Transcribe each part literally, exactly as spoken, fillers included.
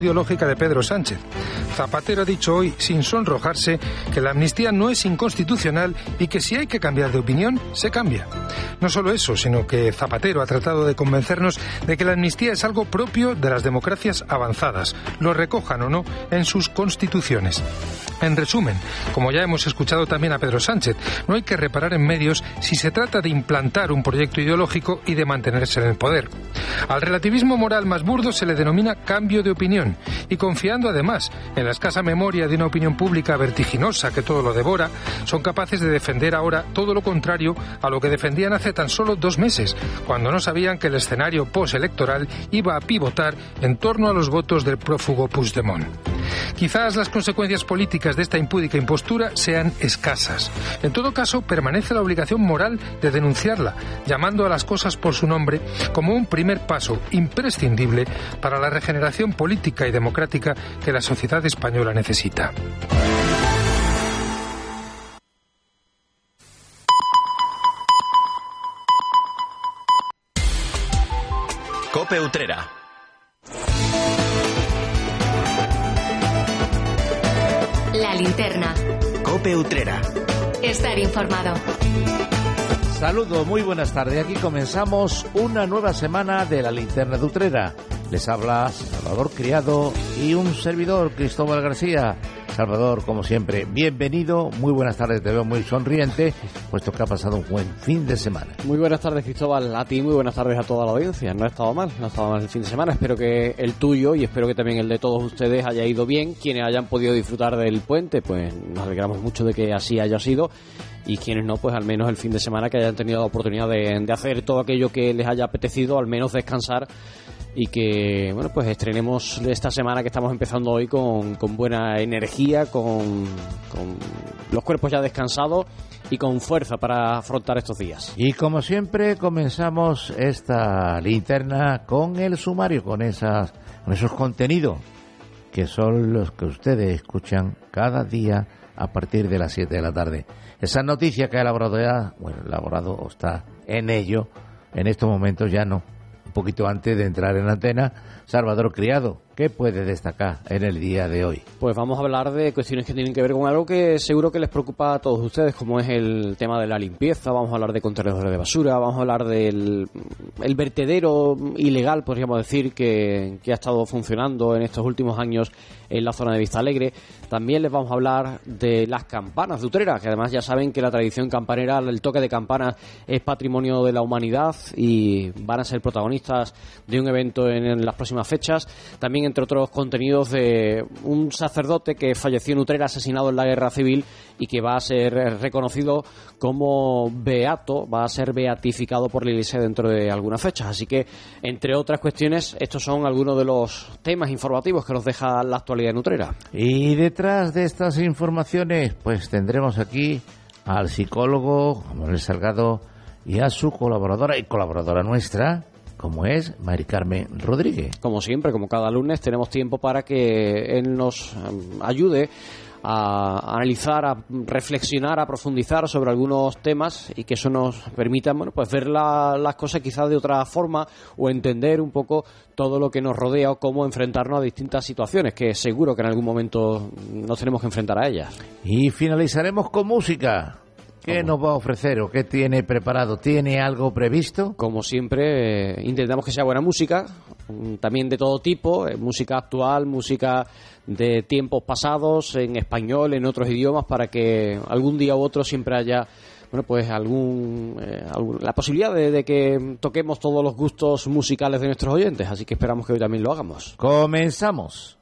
ideológica de Pedro Sánchez. Zapatero ha dicho hoy, sin sonrojarse, que la amnistía no es inconstitucional y que si hay que cambiar de opinión, se cambia. No solo eso, sino que Zapatero ha tratado de convencernos de que la amnistía es algo propio de las democracias avanzadas, lo recojan o no en sus constituciones. En resumen, como ya hemos escuchado también a Pedro Sánchez, no hay que reparar en medios si se trata de implantar un proyecto ideológico y de mantenerse en el poder. Al relativismo moral más burdo se le denomina cambio de opinión, y confiando además en la escasa memoria de una opinión pública vertiginosa que todo lo devora, son capaces de defender ahora todo lo contrario a lo que defendían hace tan solo dos meses, cuando no sabían que el escenario postelectoral iba a pivotar en torno a los votos del prófugo Puigdemont. Quizás las consecuencias políticas de esta impúdica impostura sean escasas. En todo caso, permanece la obligación moral de denunciarla, llamando a las cosas por su nombre, como un primer paso imprescindible para la regeneración política y democrática que la sociedad española necesita. COPE Utrera. La linterna. COPE Utrera. Estar informado. Saludos, muy buenas tardes. Aquí comenzamos una nueva semana de la linterna de Utrera. Les habla Salvador Criado y un servidor, Cristóbal García. Salvador, como siempre, bienvenido, muy buenas tardes, te veo muy sonriente, puesto que ha pasado un buen fin de semana. Muy buenas tardes, Cristóbal, a ti, muy buenas tardes a toda la audiencia. No ha estado mal, no ha estado mal el fin de semana, espero que el tuyo y espero que también el de todos ustedes haya ido bien. Quienes hayan podido disfrutar del puente, pues nos alegramos mucho de que así haya sido. Y quienes no, pues al menos el fin de semana que hayan tenido la oportunidad de, de hacer todo aquello que les haya apetecido, al menos descansar, y que, bueno, pues estrenemos esta semana que estamos empezando hoy con, con buena energía, con, con los cuerpos ya descansados y con fuerza para afrontar estos días. Y como siempre comenzamos esta linterna con el sumario, con esas, con esos contenidos que son los que ustedes escuchan cada día a partir de las siete de la tarde. Esa noticia que ha elaborado ya, bueno, elaborado o está en ello, en estos momentos ya no. Un poquito antes de entrar en antena, Salvador Criado, ¿qué puede destacar en el día de hoy? Pues vamos a hablar de cuestiones que tienen que ver con algo que seguro que les preocupa a todos ustedes, como es el tema de la limpieza. Vamos a hablar de contenedores de basura, vamos a hablar del el vertedero ilegal, podríamos decir, que, que ha estado funcionando en estos últimos años en la zona de Vistalegre. También les vamos a hablar de las campanas de Utrera, que además ya saben que la tradición campanera, el toque de campanas, es patrimonio de la humanidad y van a ser protagonistas de un evento en, en las próximas fechas. También, entre otros contenidos, de un sacerdote que falleció en Utrera, asesinado en la guerra civil, y que va a ser reconocido como beato, va a ser beatificado por la Iglesia dentro de algunas fechas. Así que, entre otras cuestiones, estos son algunos de los temas informativos que nos deja la actualidad en Utrera. Y detrás de estas informaciones, pues tendremos aquí al psicólogo Manuel Salgado y a su colaboradora y colaboradora nuestra, como es Mari Carmen Rodríguez. Como siempre, como cada lunes, tenemos tiempo para que él nos ayude a analizar, a reflexionar, a profundizar sobre algunos temas y que eso nos permita, bueno, pues ver la, las cosas quizás de otra forma o entender un poco todo lo que nos rodea o cómo enfrentarnos a distintas situaciones que seguro que en algún momento nos tenemos que enfrentar a ellas. Y finalizaremos con música. ¿Qué nos va a ofrecer o qué tiene preparado? ¿Tiene algo previsto? Como siempre, eh, intentamos que sea buena música, también de todo tipo, eh, música actual, música de tiempos pasados, en español, en otros idiomas, para que algún día u otro siempre haya, bueno, pues algún, eh, algún la posibilidad de, de que toquemos todos los gustos musicales de nuestros oyentes, así que esperamos que hoy también lo hagamos. Comenzamos.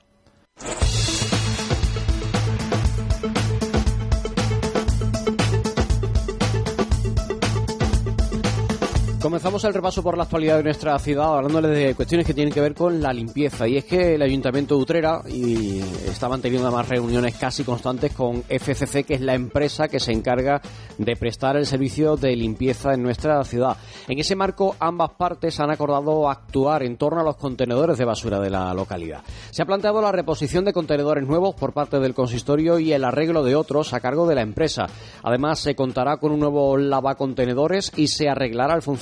Comenzamos el repaso por la actualidad de nuestra ciudad hablándoles de cuestiones que tienen que ver con la limpieza, y es que el Ayuntamiento de Utrera y está manteniendo además reuniones casi constantes con F C C, que es la empresa que se encarga de prestar el servicio de limpieza en nuestra ciudad. En ese marco, ambas partes han acordado actuar en torno a los contenedores de basura de la localidad. Se ha planteado la reposición de contenedores nuevos por parte del consistorio y el arreglo de otros a cargo de la empresa. Además, se contará con un nuevo lavacontenedores y se arreglará el funcionamiento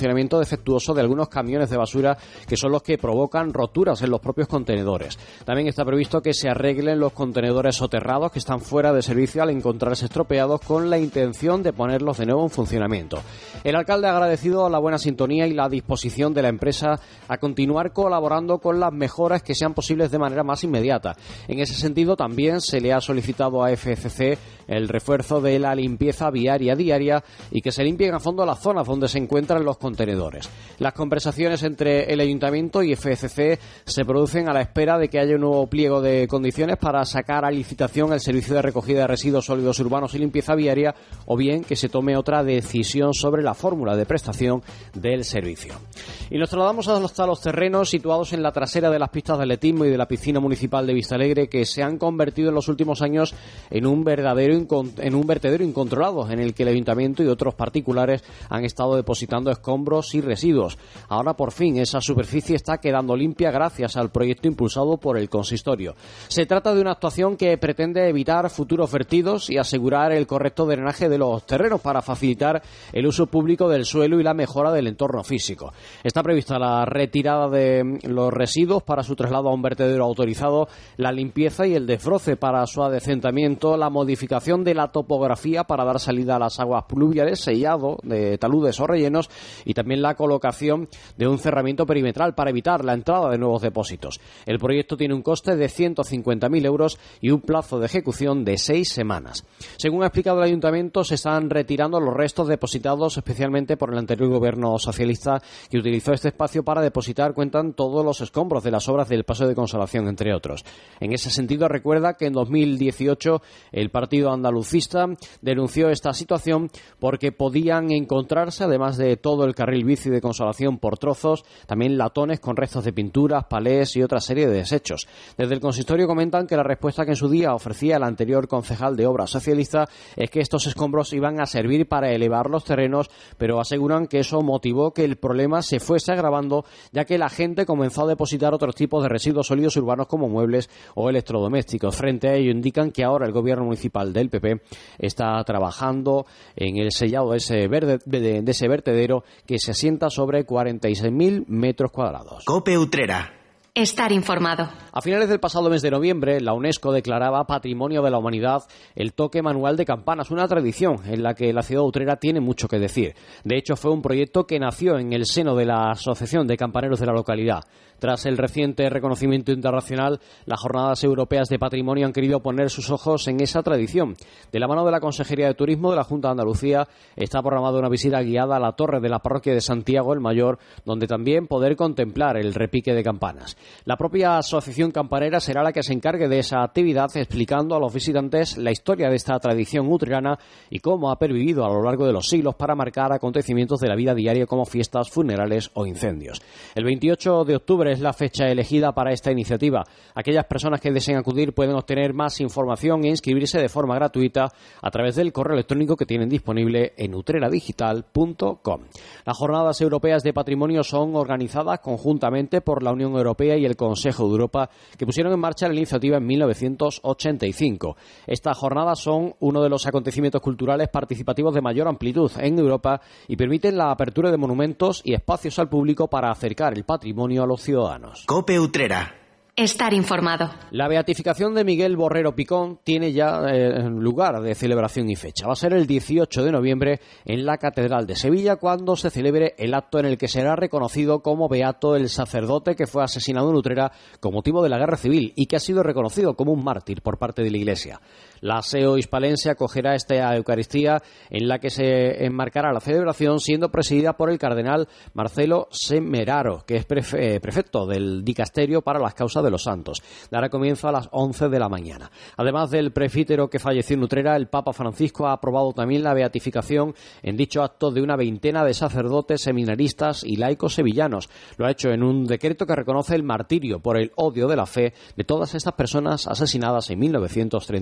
funcionamiento defectuoso de algunos camiones de basura que son los que provocan roturas en los propios contenedores. También está previsto que se arreglen los contenedores soterrados que están fuera de servicio al encontrarse estropeados, con la intención de ponerlos de nuevo en funcionamiento. El alcalde ha agradecido la buena sintonía y la disposición de la empresa a continuar colaborando con las mejoras que sean posibles de manera más inmediata. En ese sentido, también se le ha solicitado a F C C el refuerzo de la limpieza viaria diaria y que se limpien a fondo las zonas donde se encuentran los contenedores. Las conversaciones entre el Ayuntamiento y F C C se producen a la espera de que haya un nuevo pliego de condiciones para sacar a licitación el servicio de recogida de residuos sólidos urbanos y limpieza viaria, o bien que se tome otra decisión sobre la fórmula de prestación del servicio. Y nos trasladamos hasta los terrenos situados en la trasera de las pistas de atletismo y de la piscina municipal de Vistalegre, que se han convertido en los últimos años en un verdadero en un vertedero incontrolado, en el que el Ayuntamiento y otros particulares han estado depositando escombros y residuos. Ahora, por fin, esa superficie está quedando limpia gracias al proyecto impulsado por el consistorio. Se trata de una actuación que pretende evitar futuros vertidos y asegurar el correcto drenaje de los terrenos para facilitar el uso público del suelo y la mejora del entorno físico. Está prevista la retirada de los residuos para su traslado a un vertedero autorizado, la limpieza y el desbroce para su adecentamiento, la modificación de la topografía para dar salida a las aguas pluviales, sellado de taludes o rellenos, y también la colocación de un cerramiento perimetral para evitar la entrada de nuevos depósitos. El proyecto tiene un coste de ciento cincuenta mil euros y un plazo de ejecución de seis semanas. Según ha explicado el Ayuntamiento, se están retirando los restos depositados especialmente por el anterior gobierno socialista, que utilizó este espacio para depositar, cuentan, todos los escombros de las obras del Paseo de Consolación, entre otros. En ese sentido, recuerda que en dos mil dieciocho el partido andalucista denunció esta situación porque podían encontrarse, además de todo el carril bici de Consolación por trozos, también latones con restos de pinturas, palés y otra serie de desechos. Desde el consistorio comentan que la respuesta que en su día ofrecía el anterior concejal de Obras socialista es que estos escombros iban a servir para elevar los terrenos, pero aseguran que eso motivó que el problema se fuese agravando, ya que la gente comenzó a depositar otros tipos de residuos sólidos urbanos como muebles o electrodomésticos. Frente a ello, indican que ahora el gobierno municipal del P P está trabajando en el sellado de ese, verde, de, de ese vertedero, que se asienta sobre cuarenta y seis mil metros cuadrados. COPE Utrera. Estar informado. A finales del pasado mes de noviembre, la UNESCO declaraba Patrimonio de la Humanidad el toque manual de campanas, una tradición en la que la ciudad de Utrera tiene mucho que decir. De hecho, fue un proyecto que nació en el seno de la Asociación de Campaneros de la localidad. Tras el reciente reconocimiento internacional, las Jornadas Europeas de Patrimonio han querido poner sus ojos en esa tradición. De la mano de la Consejería de Turismo de la Junta de Andalucía está programada una visita guiada a la torre de la parroquia de Santiago el Mayor, donde también poder contemplar el repique de campanas. La propia Asociación Campanera será la que se encargue de esa actividad, explicando a los visitantes la historia de esta tradición utrerana y cómo ha pervivido a lo largo de los siglos para marcar acontecimientos de la vida diaria como fiestas, funerales o incendios. El veintiocho de octubre es la fecha elegida para esta iniciativa. Aquellas personas que deseen acudir pueden obtener más información e inscribirse de forma gratuita a través del correo electrónico que tienen disponible en utreradigital punto com. Las Jornadas Europeas de Patrimonio son organizadas conjuntamente por la Unión Europea y el Consejo de Europa, que pusieron en marcha la iniciativa en mil novecientos ochenta y cinco. Estas jornadas son uno de los acontecimientos culturales participativos de mayor amplitud en Europa y permiten la apertura de monumentos y espacios al público para acercar el patrimonio a los ciudadanos. COPE Utrera. Estar informado. La beatificación de Miguel Borrero Picón tiene ya eh, lugar de celebración y fecha. Va a ser el dieciocho de noviembre en la Catedral de Sevilla, cuando se celebre el acto en el que será reconocido como beato el sacerdote que fue asesinado en Utrera con motivo de la Guerra Civil y que ha sido reconocido como un mártir por parte de la Iglesia. La S E O hispalense acogerá esta Eucaristía, en la que se enmarcará la celebración, siendo presidida por el cardenal Marcelo Semeraro, que es prefe- prefecto del dicasterio para las causas de los santos. Dará comienzo a las once de la mañana. Además del presbítero que falleció en Utrera, el Papa Francisco ha aprobado también la beatificación en dicho acto de una veintena de sacerdotes, seminaristas y laicos sevillanos. Lo ha hecho en un decreto que reconoce el martirio por el odio de la fe de todas estas personas asesinadas en mil novecientos treinta y seis.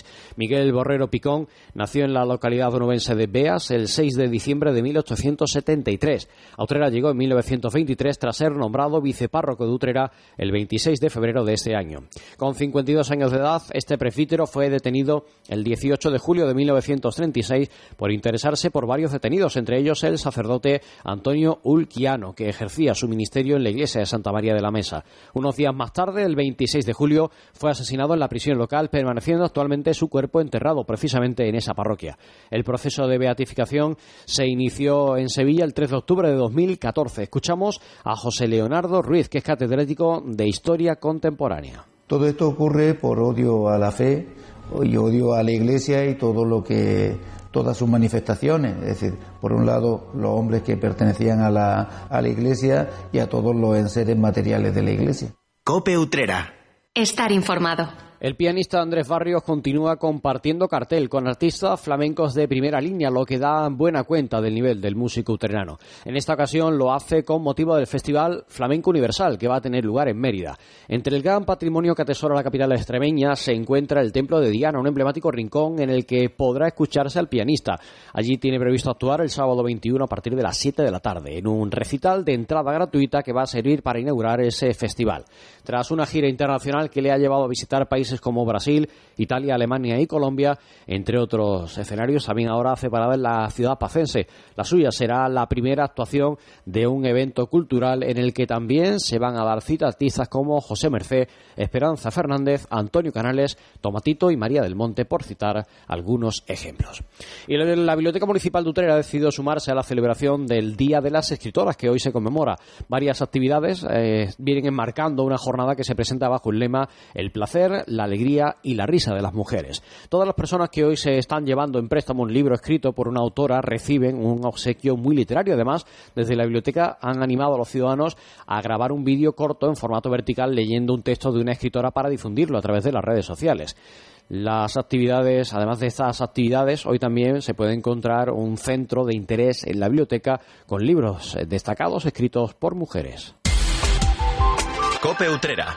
Betis. Miguel Borrero Picón nació en la localidad onubense de Beas el seis de diciembre de mil ochocientos setenta y tres. A Utrera llegó en mil novecientos veintitrés tras ser nombrado vicepárroco de Utrera el veintiséis de febrero de este año. Con cincuenta y dos años de edad, este presbítero fue detenido el dieciocho de julio de mil novecientos treinta y seis por interesarse por varios detenidos, entre ellos el sacerdote Antonio Ulquiano, que ejercía su ministerio en la iglesia de Santa María de la Mesa. Unos días más tarde, el veintiséis de julio, fue asesinado en la prisión local, permaneciendo actualmente su cuerpo enterrado precisamente en esa parroquia. El proceso de beatificación se inició en Sevilla el tres de octubre de dos mil catorce. Escuchamos a José Leonardo Ruiz, que es catedrático de Historia Contemporánea. Todo esto ocurre por odio a la fe y odio a la Iglesia y todo lo que todas sus manifestaciones, es decir, por un lado los hombres que pertenecían a la, a la Iglesia y a todos los enseres materiales de la Iglesia. COPE Utrera. Estar informado. El pianista Andrés Barrios continúa compartiendo cartel con artistas flamencos de primera línea, lo que da buena cuenta del nivel del músico utrerano. En esta ocasión lo hace con motivo del Festival Flamenco Universal, que va a tener lugar en Mérida. Entre el gran patrimonio que atesora la capital extremeña se encuentra el Templo de Diana, un emblemático rincón en el que podrá escucharse al pianista. Allí tiene previsto actuar el sábado veintiuno a partir de las siete de la tarde, en un recital de entrada gratuita que va a servir para inaugurar ese festival. Tras una gira internacional que le ha llevado a visitar países como Brasil, Italia, Alemania y Colombia, entre otros escenarios, también ahora hace parada en la ciudad pacense. La suya será la primera actuación de un evento cultural en el que también se van a dar cita artistas como José Mercé, Esperanza Fernández, Antonio Canales, Tomatito y María del Monte, por citar algunos ejemplos. Y la Biblioteca Municipal de Utrera ha decidido sumarse a la celebración del Día de las Escritoras, que hoy se conmemora. Varias actividades eh, vienen enmarcando una jornada que se presenta bajo el lema El placer, la alegría y la risa de las mujeres. Todas las personas que hoy se están llevando en préstamo un libro escrito por una autora reciben un obsequio muy literario. Además, desde la biblioteca han animado a los ciudadanos a grabar un vídeo corto en formato vertical leyendo un texto de una escritora para difundirlo a través de las redes sociales. Las actividades, además de estas actividades, hoy también se puede encontrar un centro de interés en la biblioteca con libros destacados escritos por mujeres. COPE Utrera.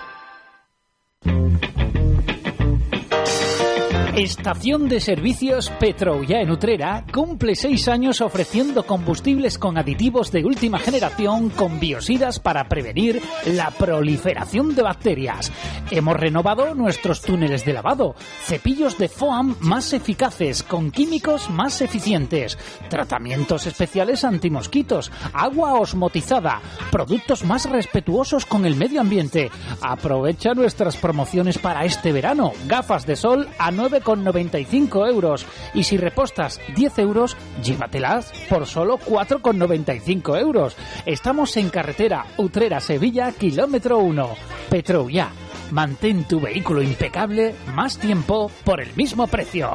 Estación de servicios Petroullà en Utrera cumple seis años ofreciendo combustibles con aditivos de última generación con biosidas para prevenir la proliferación de bacterias. Hemos renovado nuestros túneles de lavado, cepillos de foam más eficaces con químicos más eficientes, tratamientos especiales antimosquitos, agua osmotizada, productos más respetuosos con el medio ambiente. Aprovecha nuestras promociones para este verano. Gafas de sol a nueve con noventa y cinco euros y si repostas diez euros, llévatelas por solo cuatro con noventa y cinco euros. Estamos en carretera Utrera-Sevilla, kilómetro uno. Petroullà. Mantén tu vehículo impecable más tiempo por el mismo precio.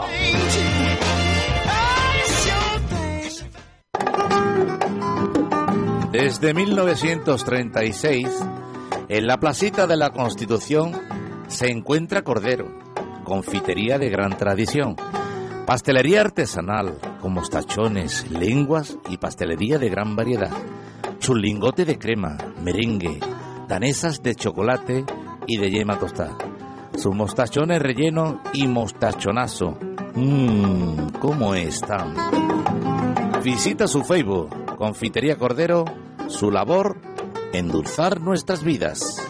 Desde mil novecientos treinta y seis, en la placita de la Constitución se encuentra Cordero, confitería de gran tradición, pastelería artesanal con mostachones, lenguas y pastelería de gran variedad, chulingote de crema, merengue, danesas de chocolate y de yema tostada, sus mostachones rellenos y mostachonazo. Mmm, ¿cómo están? Visita su Facebook, Confitería Cordero, su labor, endulzar nuestras vidas.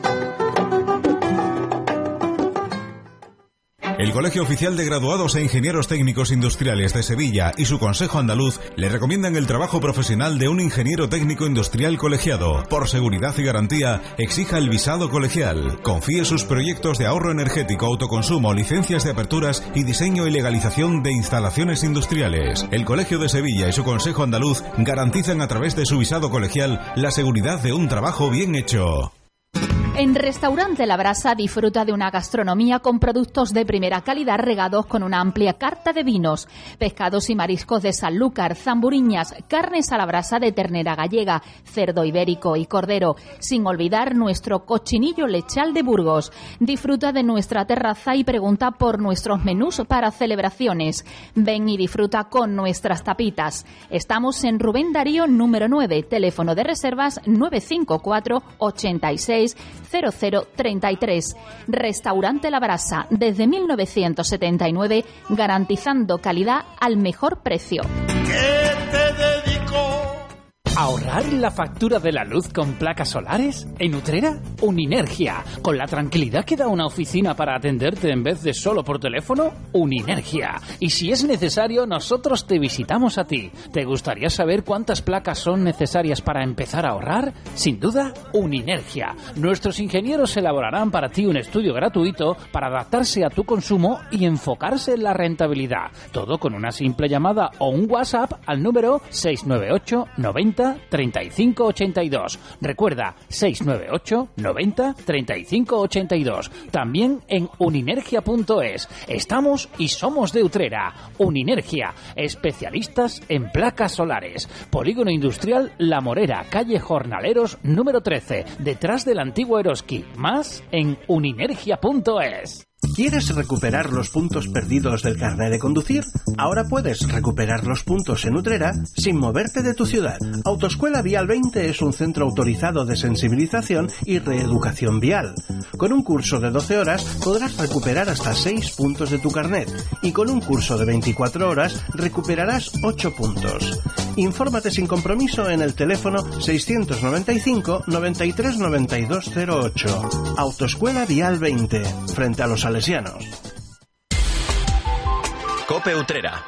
El Colegio Oficial de Graduados e Ingenieros Técnicos Industriales de Sevilla y su Consejo Andaluz le recomiendan el trabajo profesional de un ingeniero técnico industrial colegiado. Por seguridad y garantía, exija el visado colegial. Confíe sus proyectos de ahorro energético, autoconsumo, licencias de aperturas y diseño y legalización de instalaciones industriales. El Colegio de Sevilla y su Consejo Andaluz garantizan a través de su visado colegial la seguridad de un trabajo bien hecho. En Restaurante La Brasa disfruta de una gastronomía con productos de primera calidad regados con una amplia carta de vinos, pescados y mariscos de Sanlúcar, zamburiñas, carnes a la brasa de ternera gallega, cerdo ibérico y cordero, sin olvidar nuestro cochinillo lechal de Burgos. Disfruta de nuestra terraza y pregunta por nuestros menús para celebraciones. Ven y disfruta con nuestras tapitas. Estamos en Rubén Darío número nueve, teléfono de reservas nueve cinco cuatro ochenta y seis cero cero treinta y tres. Restaurante La Brasa, desde mil novecientos setenta y nueve, garantizando calidad al mejor precio. ¿Ahorrar la factura de la luz con placas solares? ¿En Utrera? Uninergia. ¿Con la tranquilidad que da una oficina para atenderte en vez de solo por teléfono? Uninergia. Y si es necesario, nosotros te visitamos a ti. ¿Te gustaría saber cuántas placas son necesarias para empezar a ahorrar? Sin duda, Uninergia. Nuestros ingenieros elaborarán para ti un estudio gratuito para adaptarse a tu consumo y enfocarse en la rentabilidad. Todo con una simple llamada o un WhatsApp al número seis nueve ocho noventa treinta y cinco ochenta y dos. Recuerda, seis nueve ocho noventa treinta y cinco ochenta y dos. También en uninergia punto es. Estamos y somos de Utrera. Uninergia, especialistas en placas solares. Polígono Industrial La Morera, calle Jornaleros número trece, detrás del antiguo Eroski. Más en uninergia punto es. ¿Quieres recuperar los puntos perdidos del carnet de conducir? Ahora puedes recuperar los puntos en Utrera sin moverte de tu ciudad. Autoescuela Vial veinte es un centro autorizado de sensibilización y reeducación vial. Con un curso de doce horas podrás recuperar hasta seis puntos de tu carnet y con un curso de veinticuatro horas recuperarás ocho puntos. Infórmate sin compromiso en el teléfono seiscientos noventa y cinco noventa y tres noventa y dos cero ocho. Autoescuela Vial veinte, frente a los salesianos. Cope Utrera.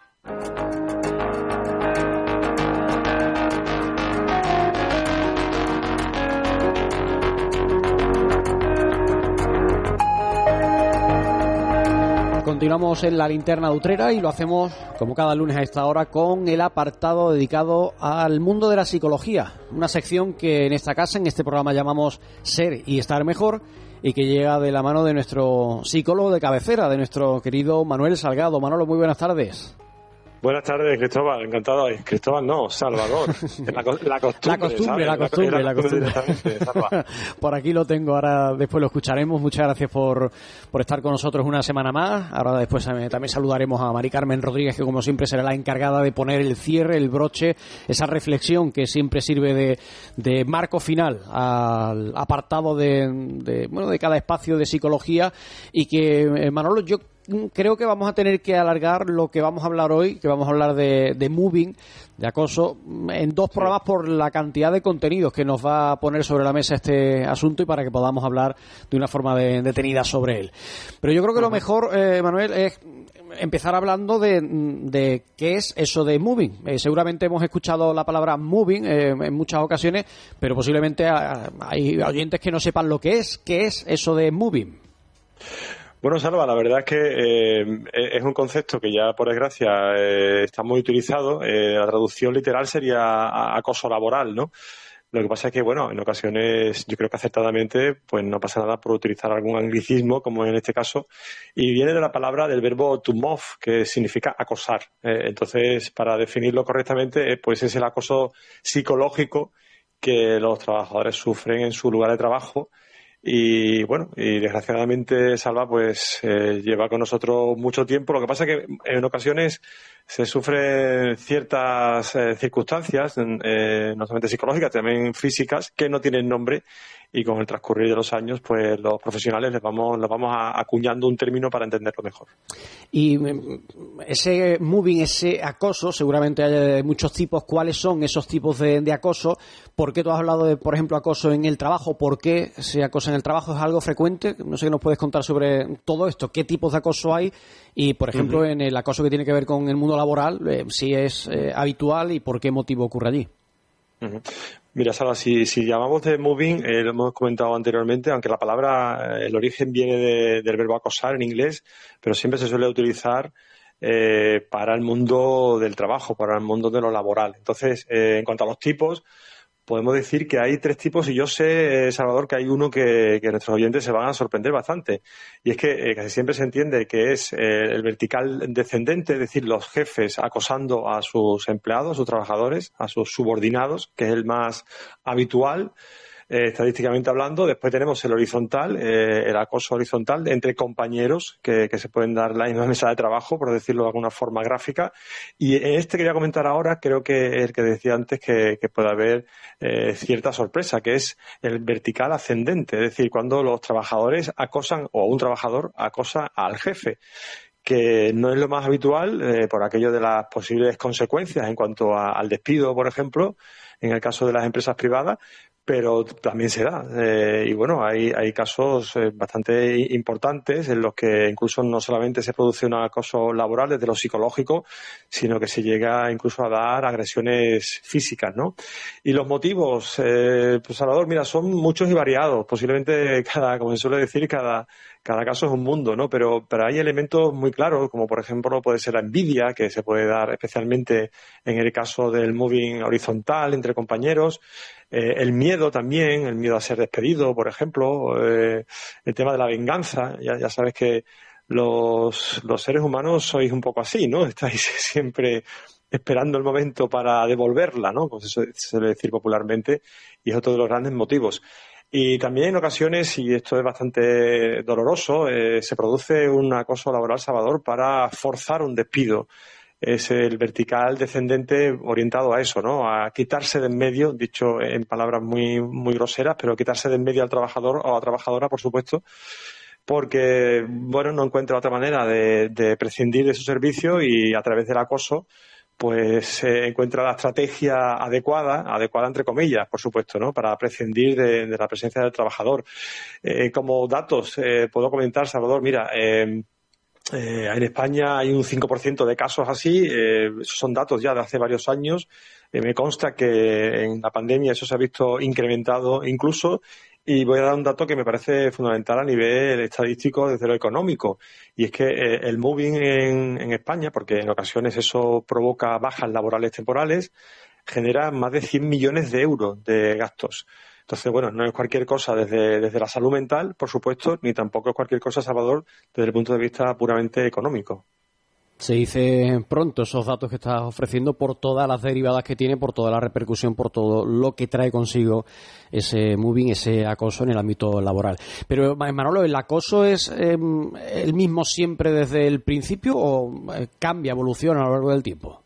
Continuamos en la linterna de Utrera y lo hacemos como cada lunes a esta hora con el apartado dedicado al mundo de la psicología, una sección que en esta casa, en este programa llamamos Ser y Estar Mejor y que llega de la mano de nuestro psicólogo de cabecera, de nuestro querido Manuel Salgado. Manolo, muy buenas tardes. Buenas tardes, Cristóbal, encantado. Cristóbal no, Salvador. La, la costumbre, la costumbre, la costumbre, la costumbre. Salva. Por aquí lo tengo, ahora después lo escucharemos. Muchas gracias por, por estar con nosotros una semana más. Ahora después también saludaremos a Mari Carmen Rodríguez, que como siempre será la encargada de poner el cierre, el broche, esa reflexión que siempre sirve de, de marco final al apartado de, de, bueno, de cada espacio de psicología. Y que, eh, Manolo, yo creo que vamos a tener que alargar lo que vamos a hablar hoy, que vamos a hablar de, de moving, de acoso, en dos programas por la cantidad de contenidos que nos va a poner sobre la mesa este asunto y para que podamos hablar de una forma de, detenida sobre él. Pero yo creo que lo mejor, eh, Manuel, es empezar hablando de, de qué es eso de moving. Eh, seguramente hemos escuchado la palabra moving eh, en muchas ocasiones, pero posiblemente hay oyentes que no sepan lo que es. ¿Qué es eso de moving? Bueno, Salva, la verdad es que eh, es un concepto que ya, por desgracia, eh, está muy utilizado. Eh, la traducción literal sería acoso laboral, ¿no? Lo que pasa es que, bueno, en ocasiones, yo creo que acertadamente, pues no pasa nada por utilizar algún anglicismo, como en este caso, y viene de la palabra del verbo to move, que significa acosar. Eh, entonces, para definirlo correctamente, eh, pues es el acoso psicológico que los trabajadores sufren en su lugar de trabajo. Y bueno, y desgraciadamente Salva pues eh, lleva con nosotros mucho tiempo. Lo que pasa es que en ocasiones se sufren ciertas eh, circunstancias, eh, no solamente psicológicas, también físicas, que no tienen nombre, y con el transcurrir de los años pues los profesionales les vamos, les vamos a, acuñando un término para entenderlo mejor. Y ese moving, ese acoso, seguramente hay muchos tipos. ¿Cuáles son esos tipos de, de acoso? ¿Por qué tú has hablado de, por ejemplo, acoso en el trabajo? ¿Por qué se acosa en el trabajo? ¿Es algo frecuente? No sé qué nos puedes contar sobre todo esto. ¿Qué tipos de acoso hay? Y, por ejemplo, uh-huh. en el acoso que tiene que ver con el mundo laboral, eh, si es eh, habitual y por qué motivo ocurre allí. Uh-huh. Mira, Sara, si, si llamamos de moving, eh, lo hemos comentado anteriormente, aunque la palabra, el origen viene de, del verbo acosar en inglés, pero siempre se suele utilizar eh, para el mundo del trabajo, para el mundo de lo laboral. Entonces, eh, en cuanto a los tipos, podemos decir que hay tres tipos y yo sé, eh, Salvador, que hay uno que, que nuestros oyentes se van a sorprender bastante. Y es que eh, casi siempre se entiende que es eh, el vertical descendente, es decir, los jefes acosando a sus empleados, a sus trabajadores, a sus subordinados, que es el más habitual. eh, estadísticamente hablando. Después tenemos el horizontal, eh, el acoso horizontal entre compañeros que, que se pueden dar la misma mesa de trabajo, por decirlo de alguna forma gráfica. Y en este quería comentar ahora, creo que el que decía antes que, que puede haber eh, cierta sorpresa, que es el vertical ascendente, es decir, cuando los trabajadores acosan o un trabajador acosa al jefe, que no es lo más habitual eh, por aquello de las posibles consecuencias en cuanto a, al despido, por ejemplo, en el caso de las empresas privadas, pero también se da. Eh, y bueno, hay, hay casos eh, bastante importantes en los que incluso no solamente se produce un acoso laboral desde lo psicológico, sino que se llega incluso a dar agresiones físicas, ¿no? Y los motivos, eh, pues Salvador, mira, son muchos y variados. Posiblemente cada, como se suele decir, cada Cada caso es un mundo, ¿no? Pero, pero hay elementos muy claros, como por ejemplo puede ser la envidia, que se puede dar especialmente en el caso del moving horizontal entre compañeros, eh, el miedo también, el miedo a ser despedido, por ejemplo, eh, el tema de la venganza. Ya, ya sabes que los, los seres humanos sois un poco así, ¿no? Estáis siempre esperando el momento para devolverla, ¿no? Pues eso se suele decir popularmente, y es otro de los grandes motivos. Y también en ocasiones, y esto es bastante doloroso, eh, se produce un acoso laboral, Salvador, para forzar un despido. Es el vertical descendente orientado a eso, ¿no? A quitarse de en medio, dicho en palabras muy, muy groseras, pero quitarse de en medio al trabajador o a la trabajadora, por supuesto, porque, bueno, no encuentra otra manera de, de prescindir de su servicio y a través del acoso pues se eh, encuentra la estrategia adecuada, adecuada entre comillas, por supuesto, ¿no? Para prescindir de, de la presencia del trabajador. Eh, como datos, eh, puedo comentar, Salvador, mira, eh, eh, en España hay un cinco por ciento de casos así, eh, son datos ya de hace varios años. Eh, me consta que en la pandemia eso se ha visto incrementado incluso. Y voy a dar un dato que me parece fundamental a nivel estadístico desde lo económico. Y es que eh, el moving en, en España, porque en ocasiones eso provoca bajas laborales temporales, genera más de cien millones de euros de gastos. Entonces, bueno, no es cualquier cosa desde, desde la salud mental, por supuesto, ni tampoco es cualquier cosa, Salvador, desde el punto de vista puramente económico. Se dice pronto esos datos que estás ofreciendo por todas las derivadas que tiene, por toda la repercusión, por todo lo que trae consigo ese moving, ese acoso en el ámbito laboral. Pero, Manolo, ¿el acoso es eh, el mismo siempre desde el principio o eh, cambia, evoluciona a lo largo del tiempo?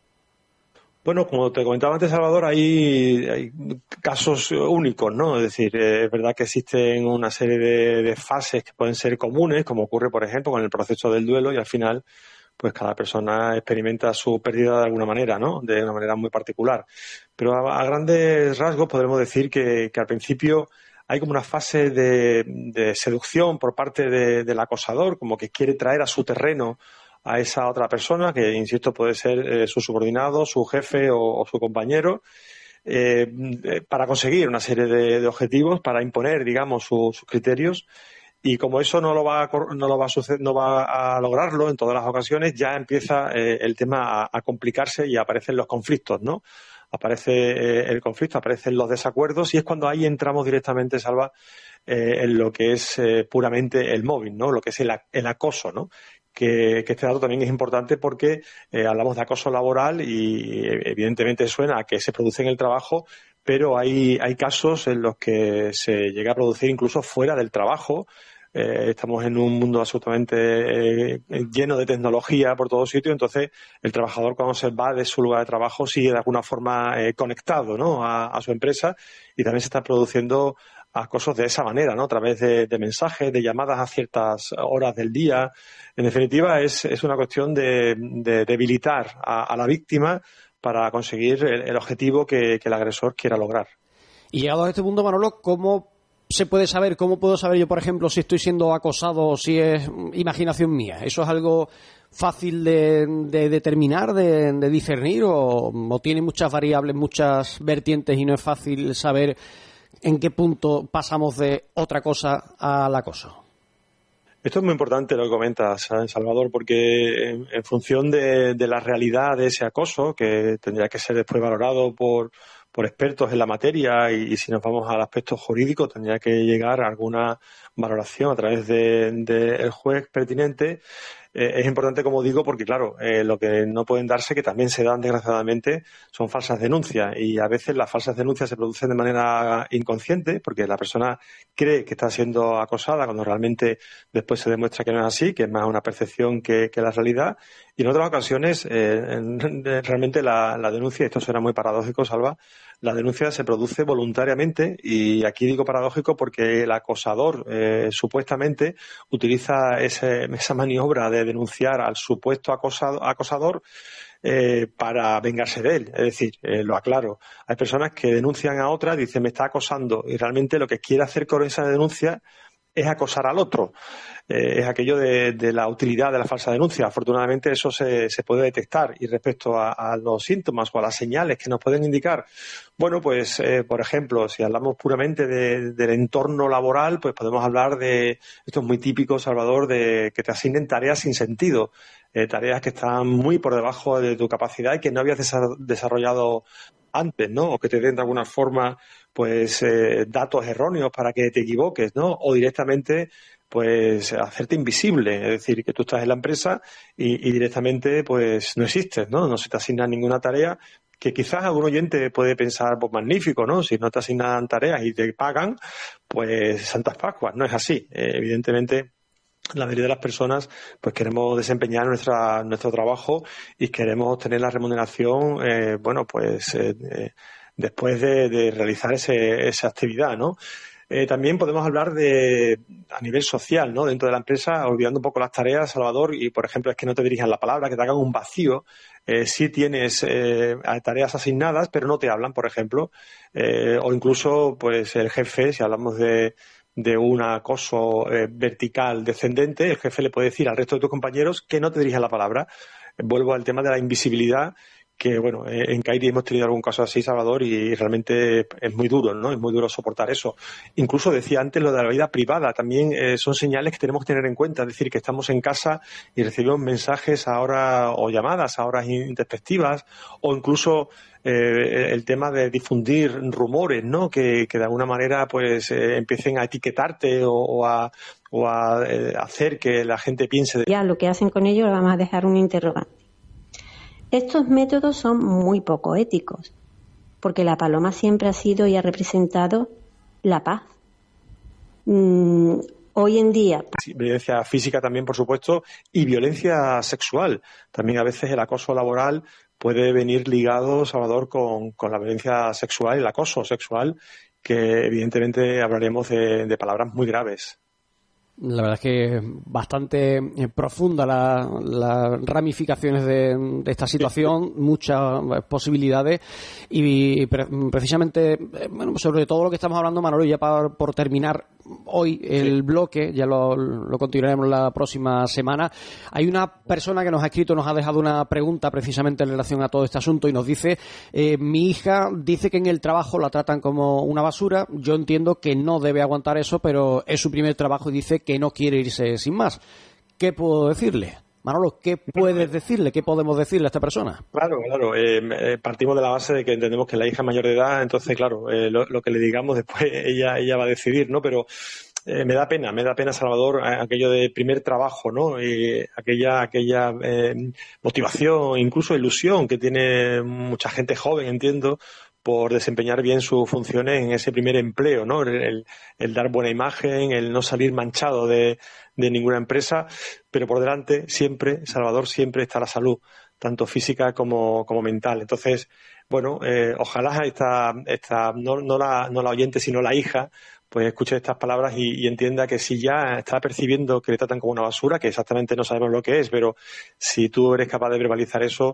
Bueno, como te comentaba antes, Salvador, hay, hay casos únicos, ¿no? Es decir, eh, es verdad que existen una serie de, de fases que pueden ser comunes, como ocurre, por ejemplo, con el proceso del duelo, y al final pues cada persona experimenta su pérdida de alguna manera, ¿no? De una manera muy particular. Pero a, a grandes rasgos podremos decir que, que al principio hay como una fase de, de seducción por parte de, del acosador, como que quiere traer a su terreno a esa otra persona, que, insisto, puede ser eh, su subordinado, su jefe o, o su compañero, eh, para conseguir una serie de, de objetivos, para imponer, digamos, su, sus criterios. Y como eso no lo va a, no lo va a suceder, no va a lograrlo en todas las ocasiones, ya empieza eh, el tema a, a complicarse y aparecen los conflictos, ¿no? Aparece eh, el conflicto, aparecen los desacuerdos y es cuando ahí entramos directamente, Salva, eh, en lo que es eh, puramente el mobbing, ¿no? Lo que es el, el acoso, ¿no? Que, que este dato también es importante porque eh, hablamos de acoso laboral y evidentemente suena a que se produce en el trabajo, pero hay, hay casos en los que se llega a producir incluso fuera del trabajo. Eh, estamos en un mundo absolutamente eh, lleno de tecnología por todos sitios, entonces el trabajador cuando se va de su lugar de trabajo sigue de alguna forma eh, conectado, ¿no? a, a su empresa, y también se están produciendo acosos de esa manera, ¿no? A través de, de mensajes, de llamadas a ciertas horas del día. En definitiva, es, es una cuestión de, de debilitar a, a la víctima para conseguir el, el objetivo que, que el agresor quiera lograr. Y llegado a este punto, Manolo, ¿cómo se puede saber, cómo puedo saber yo, por ejemplo, si estoy siendo acosado o si es imaginación mía? ¿Eso es algo fácil de, de determinar, de, de discernir, o, o tiene muchas variables, muchas vertientes y no es fácil saber en qué punto pasamos de otra cosa al acoso? Esto es muy importante lo que comentas, Salvador, porque en, en función de, de la realidad de ese acoso, que tendría que ser después valorado por, por expertos en la materia, y, y si nos vamos al aspecto jurídico, tendría que llegar a alguna valoración a través del de, de juez pertinente, eh, es importante, como digo, porque claro, eh, lo que no pueden darse, que también se dan desgraciadamente, son falsas denuncias, y a veces las falsas denuncias se producen de manera inconsciente porque la persona cree que está siendo acosada cuando realmente después se demuestra que no es así, que es más una percepción que, que la realidad. Y en otras ocasiones eh, en, realmente la, la denuncia, esto suena muy paradójico, Salva, la denuncia se produce voluntariamente, y aquí digo paradójico porque el acosador eh, supuestamente utiliza ese, esa maniobra de denunciar al supuesto acosado, acosador eh, para vengarse de él. Es decir, eh, lo aclaro, hay personas que denuncian a otras, dicen me está acosando, y realmente lo que quiere hacer con esa denuncia es acosar al otro. Eh, es aquello de, de la utilidad de la falsa denuncia. Afortunadamente eso se, se puede detectar. Y respecto a, a los síntomas o a las señales que nos pueden indicar, bueno, pues eh, por ejemplo, si hablamos puramente de, del entorno laboral, pues podemos hablar de, esto es muy típico, Salvador, de que te asignen tareas sin sentido, eh, tareas que están muy por debajo de tu capacidad y que no habías desa- desarrollado antes, ¿no? O que te den de alguna forma pues eh, datos erróneos para que te equivoques, ¿no? O directamente pues hacerte invisible, es decir, que tú estás en la empresa y, y directamente pues no existes, ¿no? No se te asigna ninguna tarea, que quizás algún oyente puede pensar, pues magnífico, ¿no? Si no te asignan tareas y te pagan, pues Santas Pascuas. No es así. Eh, evidentemente, la mayoría de las personas pues queremos desempeñar nuestra, nuestro trabajo y queremos obtener la remuneración, eh, bueno, pues eh, eh, después de, de realizar ese, esa actividad, ¿no? Eh, también podemos hablar de a nivel social, ¿no? Dentro de la empresa, olvidando un poco las tareas, Salvador, y por ejemplo es que no te dirijan la palabra, que te hagan un vacío. Eh, sí tienes eh, tareas asignadas, pero no te hablan, por ejemplo, eh, o incluso pues el jefe, si hablamos de de un acoso eh, vertical descendente, el jefe le puede decir al resto de tus compañeros que no te dirijan la palabra. Vuelvo al tema de la invisibilidad, que bueno, en Kairi hemos tenido algún caso así, Salvador, y realmente es muy duro, ¿no? Es muy duro soportar eso. Incluso decía antes lo de la vida privada, también eh, son señales que tenemos que tener en cuenta, es decir, que estamos en casa y recibimos mensajes ahora o llamadas a horas intempestivas, o incluso eh, el tema de difundir rumores, ¿no? Que, que de alguna manera pues eh, empiecen a etiquetarte o, o a, o a eh, hacer que la gente piense de... Ya lo que hacen con ello, vamos a dejar un interrogante. Estos métodos son muy poco éticos, porque la paloma siempre ha sido y ha representado la paz. Mm, hoy en día... Violencia física también, por supuesto, y violencia sexual. También a veces el acoso laboral puede venir ligado, Salvador, con, con la violencia sexual y el acoso sexual, que evidentemente hablaremos de, de palabras muy graves. La verdad es que es bastante profunda las la ramificaciones de, de esta situación, muchas posibilidades y pre, precisamente, bueno, sobre todo lo que estamos hablando, Manolo, ya para, por terminar hoy el sí. bloque, ya lo, lo continuaremos la próxima semana. Hay una persona que nos ha escrito, nos ha dejado una pregunta precisamente en relación a todo este asunto y nos dice, eh, mi hija dice que en el trabajo la tratan como una basura, yo entiendo que no debe aguantar eso, pero es su primer trabajo y dice que no quiere irse sin más. ¿Qué puedo decirle? Manolo, ¿qué puedes decirle? ¿Qué podemos decirle a esta persona? Claro, claro. Eh, partimos de la base de que entendemos que la hija es mayor de edad, entonces, claro, eh, lo, lo que le digamos después ella ella va a decidir, ¿no? Pero eh, me da pena, me da pena, Salvador, aquello de primer trabajo, ¿no? Y aquella aquella eh, motivación, incluso ilusión que tiene mucha gente joven, entiendo, por desempeñar bien sus funciones en ese primer empleo, ¿no? El, el dar buena imagen, el no salir manchado de, de ninguna empresa, pero por delante siempre, Salvador, siempre está la salud, tanto física como, como mental. Entonces, bueno, eh, ojalá esta, esta no, no, la, no la oyente, sino la hija, pues escuche estas palabras y, y entienda que si ya está percibiendo que le tratan como una basura, que exactamente no sabemos lo que es, pero si tú eres capaz de verbalizar eso,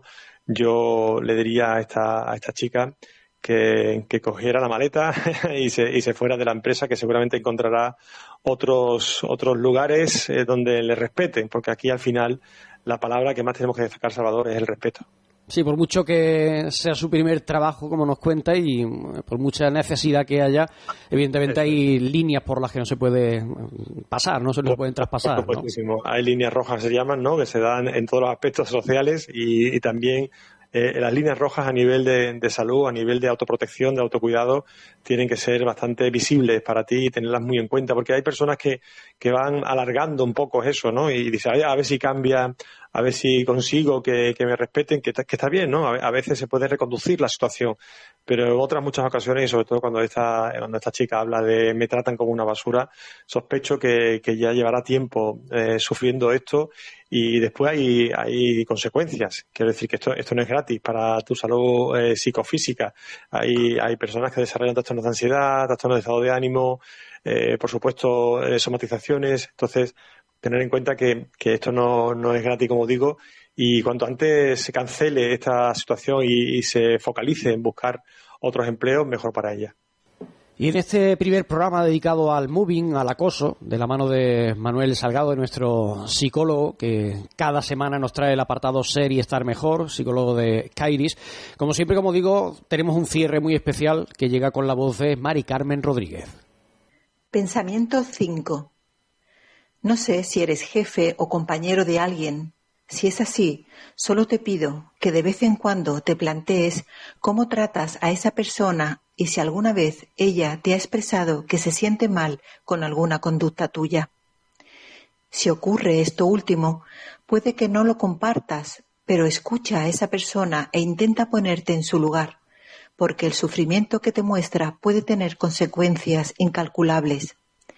yo le diría a esta, a esta chica Que, que cogiera la maleta y se, y se fuera de la empresa, que seguramente encontrará otros otros lugares eh, donde le respeten, porque aquí al final la palabra que más tenemos que destacar, Salvador, es el respeto. Sí, por mucho que sea su primer trabajo, como nos cuenta, y por mucha necesidad que haya, evidentemente hay líneas por las que no se puede pasar, no se nos pueden traspasar, ¿no? Hay líneas rojas, se llaman, ¿no? Que se dan en todos los aspectos sociales y, y también eh, las líneas rojas a nivel de, de salud, a nivel de autoprotección, de autocuidado, tienen que ser bastante visibles para ti y tenerlas muy en cuenta, porque hay personas que, que van alargando un poco eso, ¿no? Y dicen, a ver si cambia, a ver si consigo que, que me respeten, que, que está bien, ¿no? A, a veces se puede reconducir la situación, pero en otras muchas ocasiones, y sobre todo cuando esta, cuando esta chica habla de me tratan como una basura, sospecho que, que ya llevará tiempo eh, sufriendo esto y después hay, hay consecuencias. Quiero decir que esto, esto no es gratis para tu salud eh, psicofísica. Hay, hay personas que desarrollan trastornos de ansiedad, trastornos de estado de ánimo, eh, por supuesto, eh, somatizaciones. Entonces, tener en cuenta que, que esto no, no es gratis, como digo, y cuanto antes se cancele esta situación y, y se focalice en buscar otros empleos, mejor para ella. Y en este primer programa dedicado al moving, al acoso, de la mano de Manuel Salgado, de nuestro psicólogo, que cada semana nos trae el apartado Ser y Estar Mejor, psicólogo de Kairis. Como siempre, como digo, tenemos un cierre muy especial que llega con la voz de Mari Carmen Rodríguez. Pensamiento cinco. No sé si eres jefe o compañero de alguien. Si es así, solo te pido que de vez en cuando te plantees cómo tratas a esa persona y si alguna vez ella te ha expresado que se siente mal con alguna conducta tuya. Si ocurre esto último, puede que no lo compartas, pero escucha a esa persona e intenta ponerte en su lugar, porque el sufrimiento que te muestra puede tener consecuencias incalculables.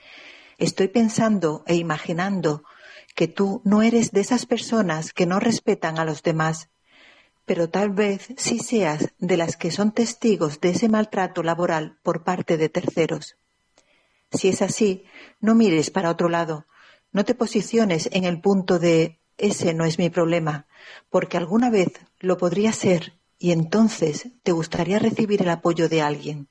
Estoy pensando e imaginando que tú no eres de esas personas que no respetan a los demás, pero tal vez sí seas de las que son testigos de ese maltrato laboral por parte de terceros. Si es así, no mires para otro lado, no te posiciones en el punto de ese no es mi problema, porque alguna vez lo podría ser y entonces te gustaría recibir el apoyo de alguien.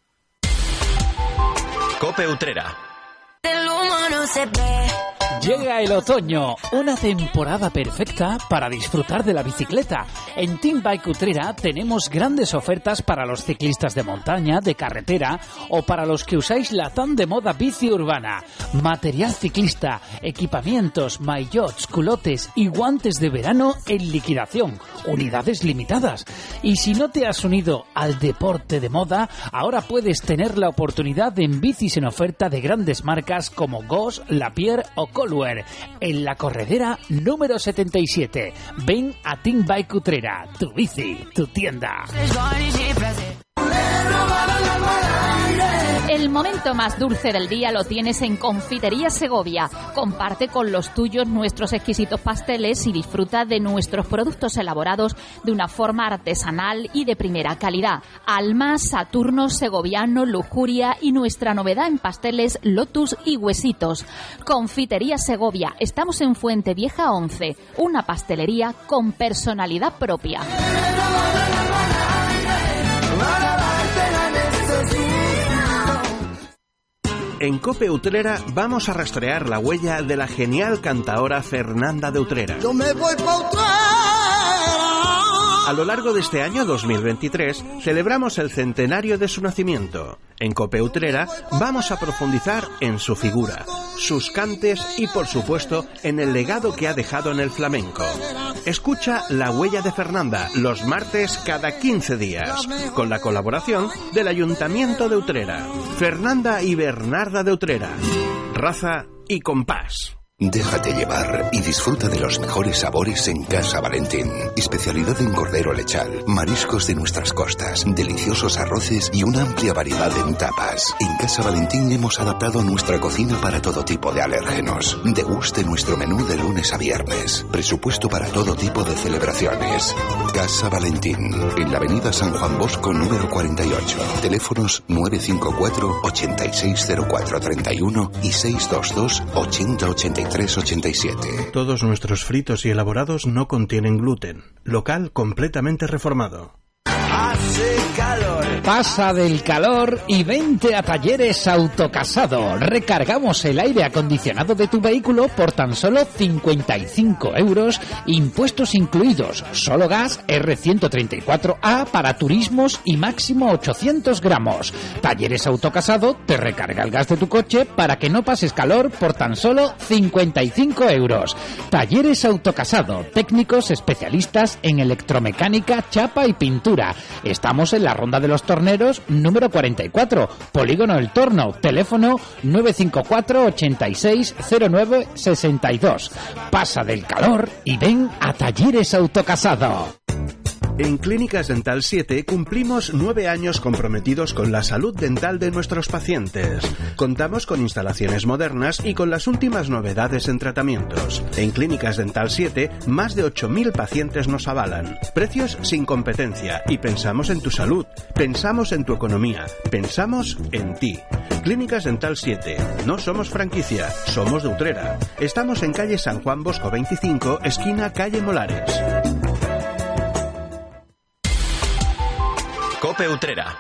COPE Utrera. El humo no se ve. Llega el otoño, una temporada perfecta para disfrutar de la bicicleta. En Team Bike Utrera tenemos grandes ofertas para los ciclistas de montaña, de carretera o para los que usáis la tan de moda bici urbana. Material ciclista, equipamientos, maillots, culotes y guantes de verano en liquidación. Unidades limitadas. Y si no te has unido al deporte de moda, ahora puedes tener la oportunidad en bicis en oferta de grandes marcas como Goss, Lapierre o Colwer, en la corredera número setenta y siete. Ven a Team Bike Utrera, tu bici, tu tienda. El momento más dulce del día lo tienes en Confitería Segovia. Comparte con los tuyos nuestros exquisitos pasteles y disfruta de nuestros productos elaborados de una forma artesanal y de primera calidad. Alma, Saturno, Segoviano, Lujuria y nuestra novedad en pasteles, Lotus y Huesitos. Confitería Segovia. Estamos en Fuente Vieja once, una pastelería con personalidad propia. En COPE Utrera vamos a rastrear la huella de la genial cantaora Fernanda de Utrera. Yo me voy pa' Utrera. A lo largo de este año dos mil veintitrés celebramos el centenario de su nacimiento. En COPE Utrera vamos a profundizar en su figura, sus cantes y, por supuesto, en el legado que ha dejado en el flamenco. Escucha La Huella de Fernanda los martes cada quince días, con la colaboración del Ayuntamiento de Utrera. Fernanda y Bernarda de Utrera. Raza y compás. Déjate llevar y disfruta de los mejores sabores en Casa Valentín. Especialidad en cordero lechal, mariscos de nuestras costas, deliciosos arroces y una amplia variedad en tapas. En Casa Valentín hemos adaptado nuestra cocina para todo tipo de alérgenos. Deguste nuestro menú de lunes a viernes. Presupuesto para todo tipo de celebraciones. Casa Valentín, en la avenida San Juan Bosco número cuarenta y ocho. Teléfonos nueve cinco cuatro, ocho seis cero cuatro tres uno y seis dos dos, ochenta ochenta y tres ochenta y siete. Todos nuestros fritos y elaborados no contienen gluten. Local completamente reformado. hace calor. Pasa del calor y vente a Talleres Autocasado. Recargamos el aire acondicionado de tu vehículo por tan solo cincuenta y cinco euros, impuestos incluidos, solo gas erre ciento treinta y cuatro A para turismos y máximo ochocientos gramos. Talleres Autocasado te recarga el gas de tu coche para que no pases calor por tan solo cincuenta y cinco euros. Talleres Autocasado, técnicos especialistas en electromecánica, chapa y pintura. Estamos en la Ronda de los Torneros número cuarenta y cuatro, Polígono El Torno, teléfono nueve cinco cuatro, ochenta y seis, cero nueve sesenta y dos. Pasa del calor y ven a Talleres Autocasado. En Clínicas Dental siete cumplimos nueve años comprometidos con la salud dental de nuestros pacientes. Contamos con instalaciones modernas y con las últimas novedades en tratamientos. En Clínicas Dental siete, más de ocho mil pacientes nos avalan. Precios sin competencia y pensamos en tu salud, pensamos en tu economía, pensamos en ti. Clínicas Dental siete. No somos franquicia, somos de Utrera. Estamos en calle San Juan Bosco veinticinco, esquina calle Molares. Cope Utrera.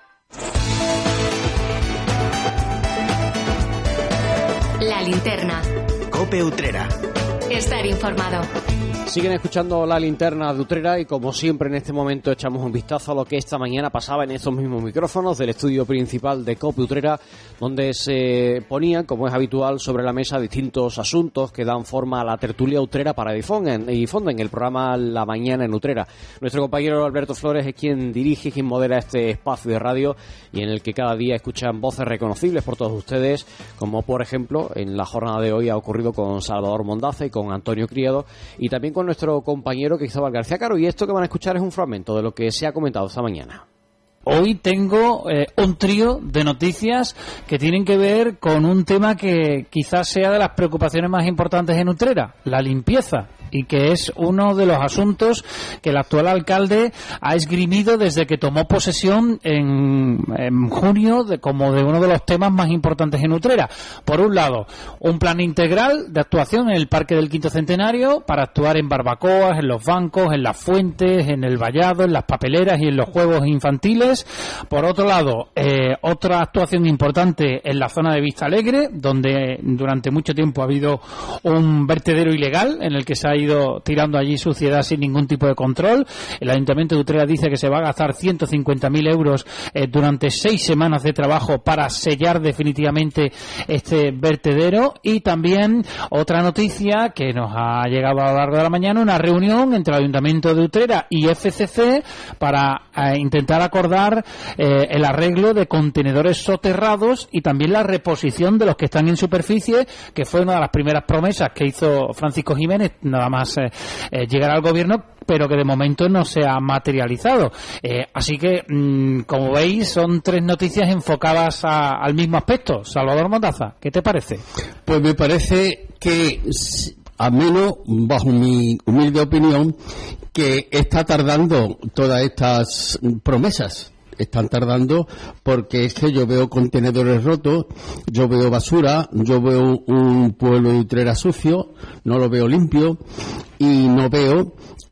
La linterna. Cope Utrera. Estar informado. Siguen escuchando La Linterna de Utrera y como siempre en este momento echamos un vistazo a lo que esta mañana pasaba en estos mismos micrófonos del estudio principal de Cope Utrera, donde se ponían, como es habitual, sobre la mesa distintos asuntos que dan forma a la tertulia utrera para difunden, difunden el programa La Mañana en Utrera. Nuestro compañero Alberto Flores es quien dirige y quien modera este espacio de radio y en el que cada día escuchan voces reconocibles por todos ustedes, como por ejemplo en la jornada de hoy ha ocurrido con Salvador Mondaza y con Antonio Criado y también con nuestro compañero Cristóbal García Caro, y esto que van a escuchar es un fragmento de lo que se ha comentado esta mañana. Hoy tengo eh, un trío de noticias que tienen que ver con un tema que quizás sea de las preocupaciones más importantes en Utrera, la limpieza, y que es uno de los asuntos que el actual alcalde ha esgrimido desde que tomó posesión en, en junio de, como de uno de los temas más importantes en Utrera. Por un lado, un plan integral de actuación en el Parque del Quinto Centenario para actuar en barbacoas, en los bancos, en las fuentes, en el vallado, en las papeleras y en los juegos infantiles. Por otro lado, eh, otra actuación importante en la zona de Vista Alegre, donde durante mucho tiempo ha habido un vertedero ilegal en el que se ha ido tirando allí suciedad sin ningún tipo de control. El Ayuntamiento de Utrera dice que se va a gastar ciento cincuenta mil euros eh, durante seis semanas de trabajo para sellar definitivamente este vertedero. Y también otra noticia que nos ha llegado a lo largo de la mañana, una reunión entre el Ayuntamiento de Utrera y F C C para eh, intentar acordar eh, el arreglo de contenedores soterrados y también la reposición de los que están en superficie, que fue una de las primeras promesas que hizo Francisco Jiménez nada más eh, eh, llegar al gobierno, pero que de momento no se ha materializado. Eh, así que, mmm, como veis, son tres noticias enfocadas a, al mismo aspecto. Salvador Mondaza, ¿qué te parece? Pues me parece que, al menos bajo mi humilde opinión, que está tardando todas estas promesas. Están tardando porque es que yo veo contenedores rotos, yo veo basura, yo veo un pueblo de Utrera sucio, no lo veo limpio y no veo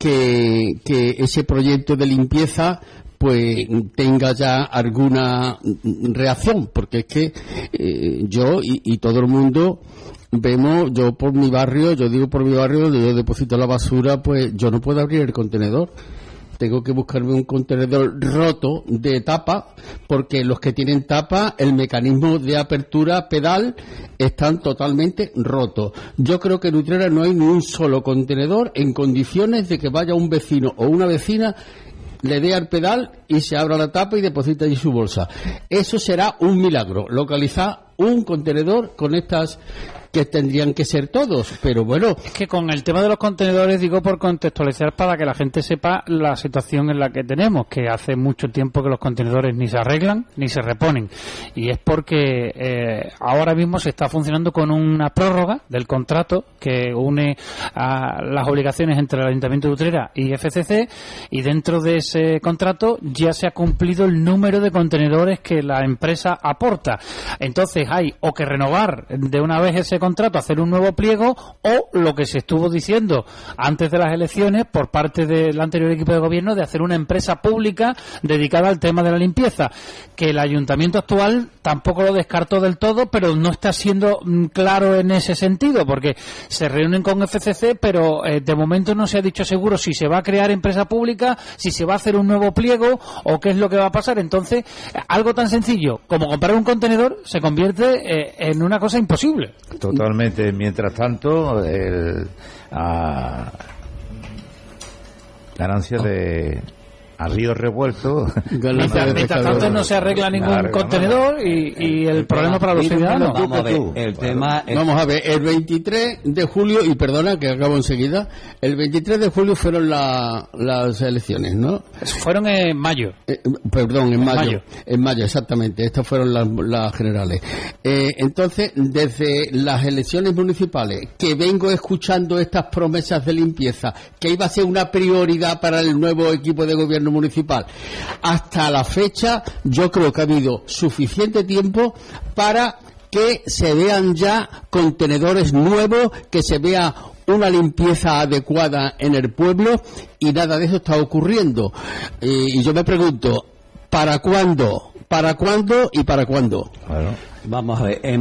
que, que ese proyecto de limpieza pues tenga ya alguna reacción, porque es que eh, yo y, y todo el mundo vemos, yo por mi barrio, yo digo por mi barrio donde yo deposito la basura, pues yo no puedo abrir el contenedor. Tengo que buscarme un contenedor roto de tapa, porque los que tienen tapa, el mecanismo de apertura pedal están totalmente rotos. Yo creo que en Utrera no hay ni un solo contenedor en condiciones de que vaya un vecino o una vecina, le dé al pedal y se abra la tapa y deposita allí su bolsa. Eso será un milagro, localizar un contenedor con estas que tendrían que ser todos, pero bueno. Es que con el tema de los contenedores, digo por contextualizar para que la gente sepa la situación en la que tenemos, que hace mucho tiempo que los contenedores ni se arreglan ni se reponen, y es porque eh, ahora mismo se está funcionando con una prórroga del contrato que une a las obligaciones entre el Ayuntamiento de Utrera y F C C, y dentro de ese contrato ya se ha cumplido el número de contenedores que la empresa aporta. Entonces hay o que renovar de una vez ese contrato contrato hacer un nuevo pliego, o lo que se estuvo diciendo antes de las elecciones por parte del anterior equipo de gobierno de hacer una empresa pública dedicada al tema de la limpieza, que el ayuntamiento actual tampoco lo descartó del todo, pero no está siendo claro en ese sentido, porque se reúnen con F C C, pero eh, de momento no se ha dicho seguro si se va a crear empresa pública, si se va a hacer un nuevo pliego o qué es lo que va a pasar. Entonces, algo tan sencillo como comprar un contenedor se convierte eh, en una cosa imposible. Totalmente. Mientras tanto, el a, ganancia de a río revuelto. Mientras, mientras tanto no se arregla ningún claro, contenedor y, y el, el problema para los ciudadanos. Vamos a ver, el tema es... Vamos a ver, el veintitrés de julio, y perdona que acabo enseguida, el veintitrés de julio fueron la, las elecciones, ¿no? Fueron en mayo. Eh, perdón, en, en mayo, mayo. En mayo, exactamente. Estas fueron las, las generales. Eh, entonces, desde las elecciones municipales, que vengo escuchando estas promesas de limpieza, que iba a ser una prioridad para el nuevo equipo de gobierno municipal, hasta la fecha yo creo que ha habido suficiente tiempo para que se vean ya contenedores nuevos, que se vea una limpieza adecuada en el pueblo, y nada de eso está ocurriendo. Eh, y yo me pregunto, ¿para cuándo? ¿Para cuándo y para cuándo? Claro. Vamos a ver, en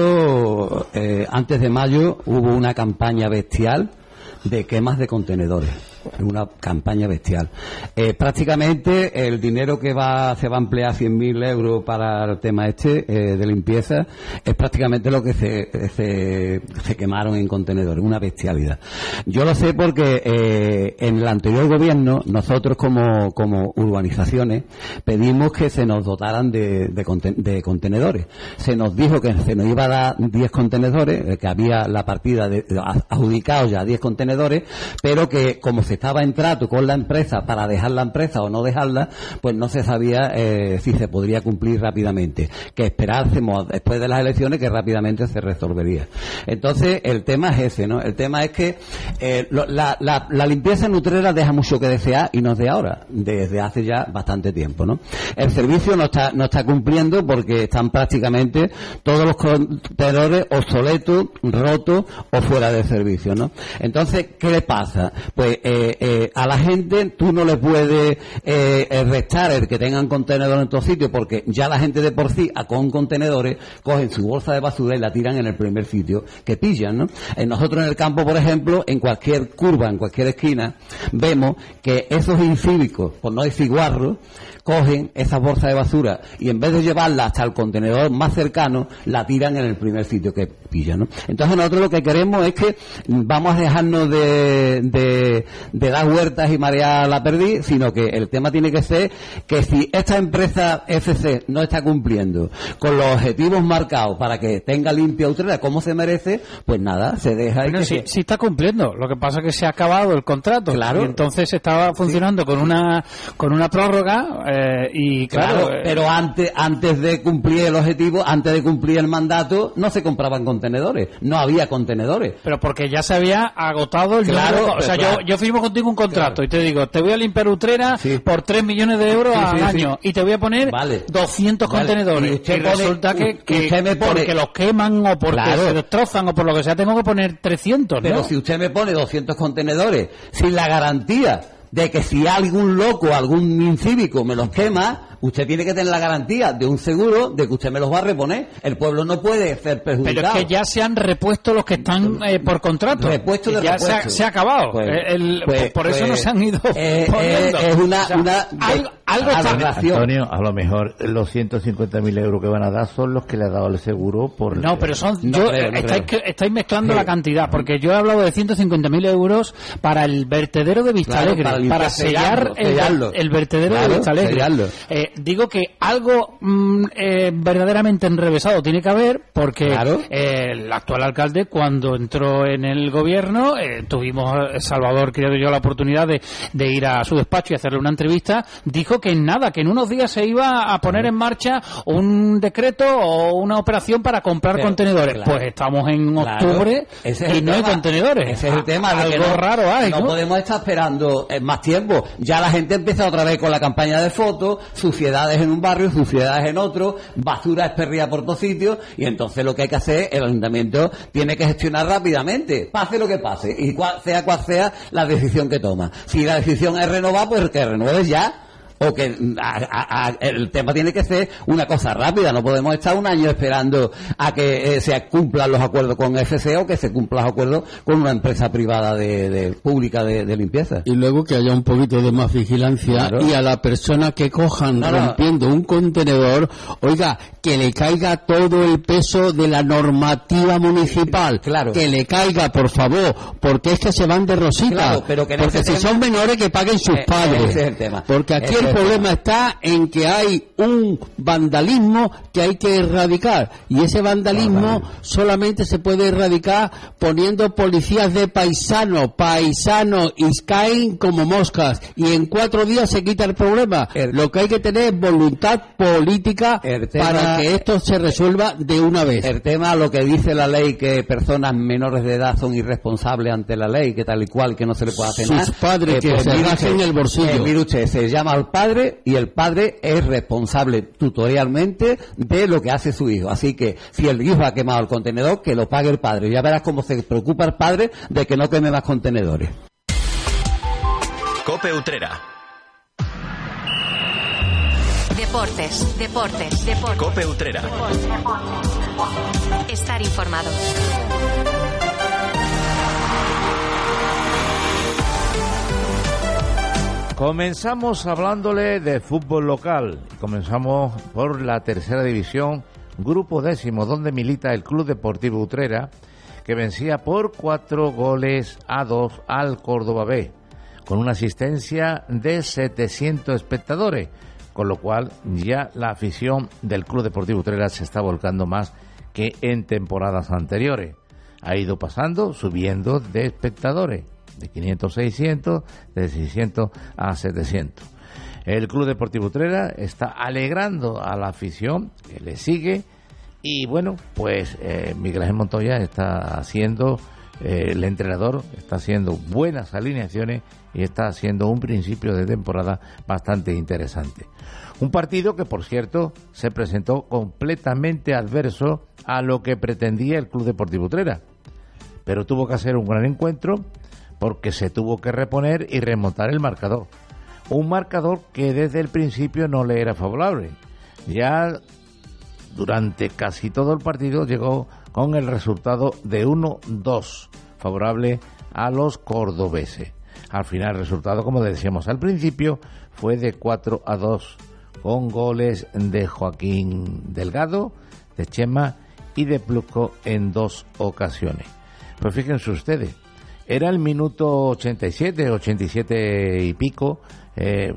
mayo, eh, antes de mayo, hubo una campaña bestial de quemas de contenedores. Una campaña bestial. Eh, prácticamente el dinero que va se va a emplear, cien mil euros para el tema este eh, de limpieza, es prácticamente lo que se, se, se quemaron en contenedores. Una bestialidad. Yo lo sé porque eh, en el anterior gobierno nosotros como, como urbanizaciones pedimos que se nos dotaran de, de, conten, de contenedores. Se nos dijo que se nos iba a dar diez contenedores, eh, que había la partida de, de adjudicados ya diez contenedores, pero que como se estaba en trato con la empresa para dejar la empresa o no dejarla, pues no se sabía eh, si se podría cumplir rápidamente, que esperásemos después de las elecciones que rápidamente se resolvería. Entonces el tema es ese, ¿no? El tema es que eh, lo, la, la, la limpieza en Utrera deja mucho que desear, y no es de ahora, desde hace ya bastante tiempo, ¿no? El servicio no está no está cumpliendo porque están prácticamente todos los contenedores obsoletos, rotos o fuera de servicio, ¿no? Entonces, ¿qué le pasa? Pues eh, Eh, eh, a la gente tú no le puedes eh, restar el que tengan contenedores en todos sitios, porque ya la gente de por sí a, con contenedores cogen su bolsa de basura y la tiran en el primer sitio que pillan, ¿no? Eh, nosotros en el campo, por ejemplo, en cualquier curva, en cualquier esquina, vemos que esos incívicos, por no decir guarros, cogen esas bolsas de basura y en vez de llevarla hasta el contenedor más cercano, la tiran en el primer sitio que pillan, ¿no? Entonces nosotros lo que queremos es que vamos a dejarnos de, de, de dar huertas y marear la perdiz, sino que el tema tiene que ser que si esta empresa F C no está cumpliendo con los objetivos marcados para que tenga limpia Utrera como se merece, pues nada, se deja. Bueno, y sí, que... sí está cumpliendo, lo que pasa es que se ha acabado el contrato, claro, y entonces estaba funcionando sí. con una con una prórroga eh, y claro, claro pero antes antes de cumplir el objetivo, antes de cumplir el mandato, no se compraban contenedores, no había contenedores. Pero porque ya se había agotado el claro, dinero, o sea, claro. yo, yo firmo contigo un contrato claro. y te digo, te voy a limpiar Utrera sí. por tres millones de euros sí, al sí, año sí. y te voy a poner vale. doscientos vale. contenedores. Y, usted y pone, resulta que, que usted me pone... porque los queman o porque claro. se destrozan o por lo que sea, tengo que poner trescientos, ¿no? Pero si usted me pone doscientos contenedores sin la garantía de que si algún loco, algún incívico me los quema, usted tiene que tener la garantía de un seguro de que usted me los va a reponer. El pueblo no puede ser perjudicado. Pero es que ya se han repuesto los que están eh, por contrato. Repuesto de ya repuesto. Se ha, se ha acabado. Pues, el, pues, por eso pues, no se han ido eh, poniendo. Eh, es una... O sea, una algo, algo está... Antonio, a lo mejor los ciento cincuenta mil euros que van a dar son los que le ha dado el seguro por... No, pero son... No yo, creo, no estáis, creo. estáis mezclando sí. la cantidad, porque yo he hablado de ciento cincuenta mil euros para el vertedero de Vistalegre, claro, para, para sellar sellarlo, el, el vertedero claro, de Vistalegre. Eh, digo que algo mm, eh, verdaderamente enrevesado tiene que haber, porque claro. eh, el actual alcalde, cuando entró en el gobierno, eh, tuvimos, Salvador, creo yo, la oportunidad de, de ir a su despacho y hacerle una entrevista, dijo dicho que en nada, que en unos días se iba a poner en marcha un decreto o una operación para comprar Pero, contenedores. claro, pues estamos en claro, octubre ese es y el no tema, hay contenedores. Ese es el tema. de que Algo no, raro hay, no ¿no? podemos estar esperando eh, más tiempo. Ya la gente empieza otra vez con la campaña de fotos, suciedades en un barrio, suciedades en otro, basura esperría por todos sitios, y entonces lo que hay que hacer, el ayuntamiento tiene que gestionar rápidamente, pase lo que pase, y cual, sea cual sea la decisión que toma. Si la decisión es renovar, pues que renueves ya. O que a, a, a, el tema tiene que ser una cosa rápida, no podemos estar un año esperando a que eh, se cumplan los acuerdos con F C o que se cumplan los acuerdos con una empresa privada de, de pública de, de limpieza. Y luego que haya un poquito de más vigilancia, claro. Y a la persona que cojan no, rompiendo no. un contenedor, oiga, que le caiga todo el peso de la normativa municipal, claro. Que le caiga, por favor, porque es que se van de rosita, claro, pero que porque si tema... son menores que paguen sus eh, padres, ese es el tema. Porque aquí ese el El problema está en que hay un vandalismo que hay que erradicar, y ese vandalismo solamente se puede erradicar poniendo policías de paisano, paisano, y caen como moscas, y en cuatro días se quita el problema. El, Lo que hay que tener es voluntad política tema, para que esto se resuelva de una vez. El tema, lo que dice la ley, que personas menores de edad son irresponsables ante la ley, que tal y cual, que no se le puede hacer Sus nada. Sus padres eh, que pues, se rajen el bolsillo. Eh, mire usted, se llama al padre, y el padre es responsable tutorialmente de lo que hace su hijo. Así que si el hijo ha quemado el contenedor, que lo pague el padre. Ya verás cómo se preocupa el padre de que no queme más contenedores. Cope Utrera. Deportes, deportes, deportes. Cope Utrera. Estar informado. Comenzamos hablándole de fútbol local. Comenzamos por la tercera división, grupo décimo, donde milita el Club Deportivo Utrera, que vencía por cuatro goles a dos al Córdoba B, con una asistencia de setecientos espectadores, con lo cual ya la afición del Club Deportivo Utrera se está volcando más que en temporadas anteriores. Ha ido pasando, subiendo de espectadores, de quinientos a seiscientos, de seiscientos a setecientos. El Club Deportivo Utrera está alegrando a la afición que le sigue, y bueno, pues eh, Miguel Ángel Montoya está haciendo, eh, el entrenador está haciendo buenas alineaciones y está haciendo un principio de temporada bastante interesante. Un partido que, por cierto, se presentó completamente adverso a lo que pretendía el Club Deportivo Utrera, pero tuvo que hacer un gran encuentro porque se tuvo que reponer y remontar el marcador. Un marcador que desde el principio no le era favorable. Ya durante casi todo el partido llegó con el resultado de uno dos, favorable a los cordobeses. Al final el resultado, como decíamos al principio, fue de cuatro a dos, con goles de Joaquín Delgado, de Chema y de Plusco en dos ocasiones. Pues fíjense ustedes, era el minuto ochenta y siete, ochenta y siete y pico, eh,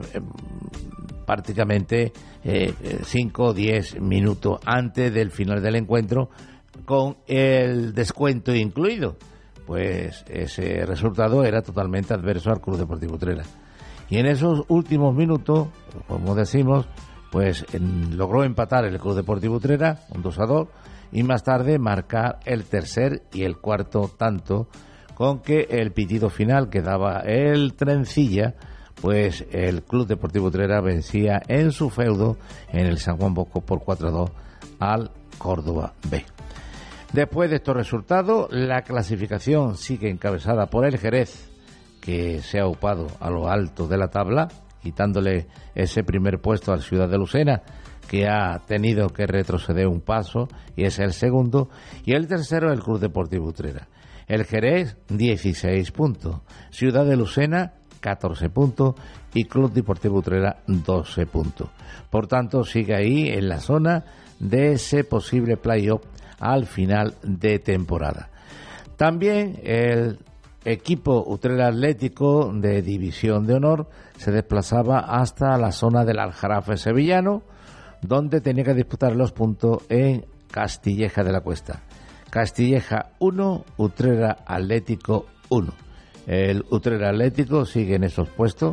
prácticamente cinco o diez minutos antes del final del encuentro, con el descuento incluido. Pues ese resultado era totalmente adverso al Club Deportivo Utrera. Y en esos últimos minutos, como decimos, pues en, logró empatar el Club Deportivo Utrera, un dos a dos, y más tarde marcar el tercer y el cuarto tanto, con que el pitido final que daba el Trencilla, pues el Club Deportivo Utrera vencía en su feudo en el San Juan Bosco por cuatro a dos al Córdoba B. Después de estos resultados, la clasificación sigue encabezada por el Jerez, que se ha upado a lo alto de la tabla, quitándole ese primer puesto al Ciudad de Lucena, que ha tenido que retroceder un paso, y es el segundo, y el tercero el Club Deportivo Utrera. El Jerez, dieciséis puntos, Ciudad de Lucena, catorce puntos, y Club Deportivo Utrera, doce puntos. Por tanto, sigue ahí en la zona de ese posible play-off al final de temporada. También el equipo Utrera Atlético de División de Honor se desplazaba hasta la zona del Aljarafe sevillano, donde tenía que disputar los puntos en Castilleja de la Cuesta. Castilleja uno, Utrera Atlético uno. El Utrera Atlético sigue en esos puestos,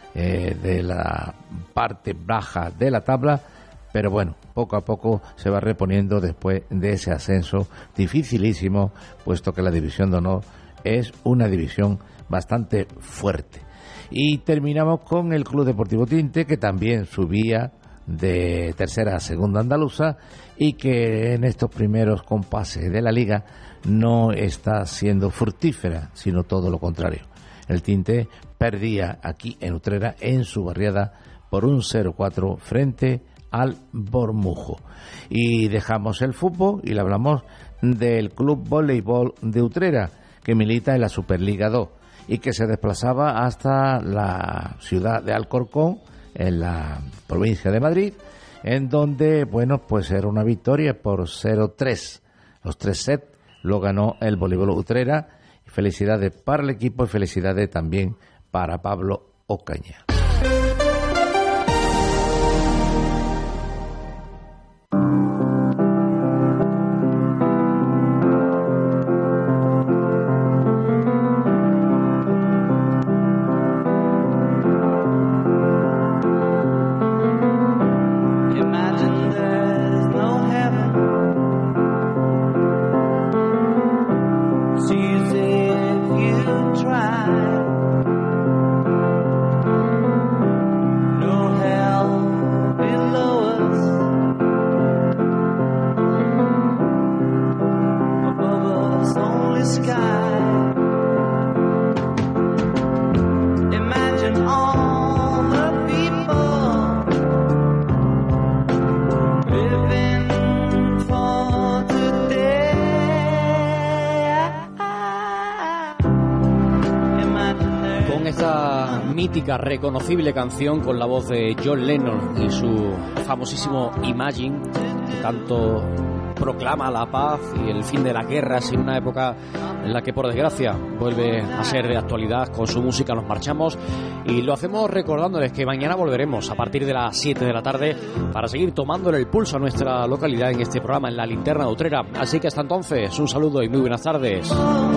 eh, de la parte baja de la tabla, pero bueno, poco a poco se va reponiendo después de ese ascenso dificilísimo, puesto que la división de honor es una división bastante fuerte. Y terminamos con el Club Deportivo Tinte, que también subía de tercera a segunda andaluza y que en estos primeros compases de la liga no está siendo fructífera, sino todo lo contrario. El Tinte perdía aquí en Utrera, en su barriada, por un cero cuatro frente al Bormujo. Y dejamos el fútbol y le hablamos del Club Voleibol de Utrera, que milita en la Superliga dos y que se desplazaba hasta la ciudad de Alcorcón, en la provincia de Madrid, en donde, bueno, pues era una victoria por cero tres. Los tres sets lo ganó el Voleibol Utrera. Felicidades para el equipo y felicidades también para Pablo Ocaña. Reconocible canción con la voz de John Lennon y su famosísimo Imagine, que tanto proclama la paz y el fin de la guerra, en una época en la que por desgracia vuelve a ser de actualidad. Con su música nos marchamos y lo hacemos recordándoles que mañana volveremos a partir de las siete de la tarde para seguir tomándole el pulso a nuestra localidad en este programa, en la Linterna de Utrera. Así que hasta entonces, un saludo y muy buenas tardes.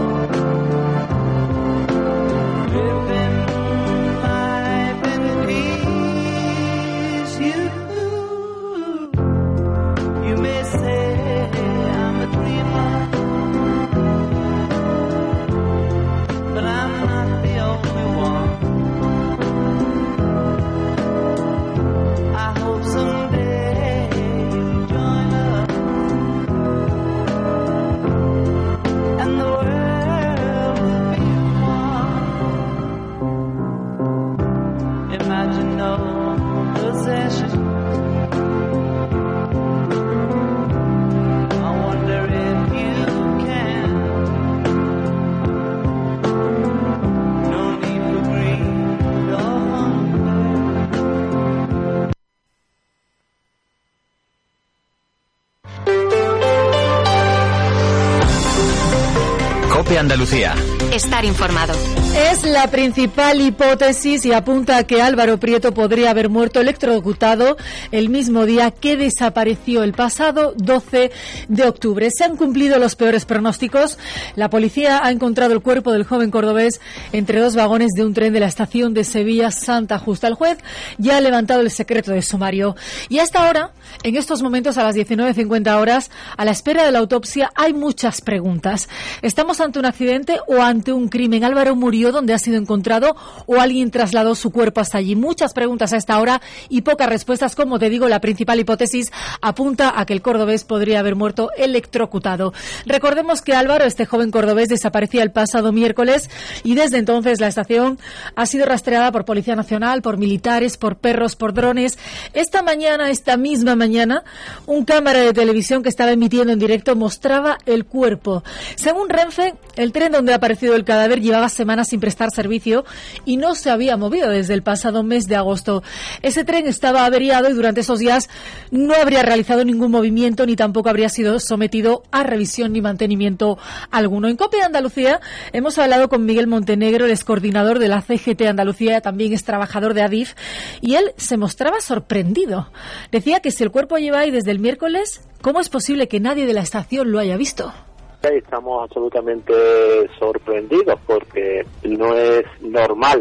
Andalucía. Estar informado. Es la principal hipótesis y apunta a que Álvaro Prieto podría haber muerto electrocutado el mismo día que desapareció el pasado doce de octubre. Se han cumplido los peores pronósticos. La policía ha encontrado el cuerpo del joven cordobés entre dos vagones de un tren de la estación de Sevilla Santa Justa. El juez ya ha levantado el secreto de sumario. Y hasta ahora, en estos momentos, a las diecinueve cincuenta horas, a la espera de la autopsia, hay muchas preguntas. ¿Estamos ante un accidente o ante un crimen? ¿Álvaro murió donde ha sido encontrado o alguien trasladó su cuerpo hasta allí? Muchas preguntas a esta hora y pocas respuestas. Como te digo, la principal hipótesis apunta a que el cordobés podría haber muerto electrocutado. Recordemos que Álvaro, este joven cordobés, desaparecía el pasado miércoles y desde entonces la estación ha sido rastreada por Policía Nacional, por militares, por perros, por drones. Esta mañana, esta misma mañana, un cámara de televisión que estaba emitiendo en directo mostraba el cuerpo. Según Renfe, el tren donde ha aparecido el cadáver llevaba semanas sin prestar servicio y no se había movido desde el pasado mes de agosto. Ese tren estaba averiado y durante esos días no habría realizado ningún movimiento ni tampoco habría sido sometido a revisión ni mantenimiento alguno. En COPE Andalucía hemos hablado con Miguel Montenegro, el excoordinador de la C G T Andalucía, también es trabajador de Adif, y él se mostraba sorprendido. Decía que si el cuerpo lleva ahí desde el miércoles, ¿cómo es posible que nadie de la estación lo haya visto? Estamos absolutamente sorprendidos porque no es normal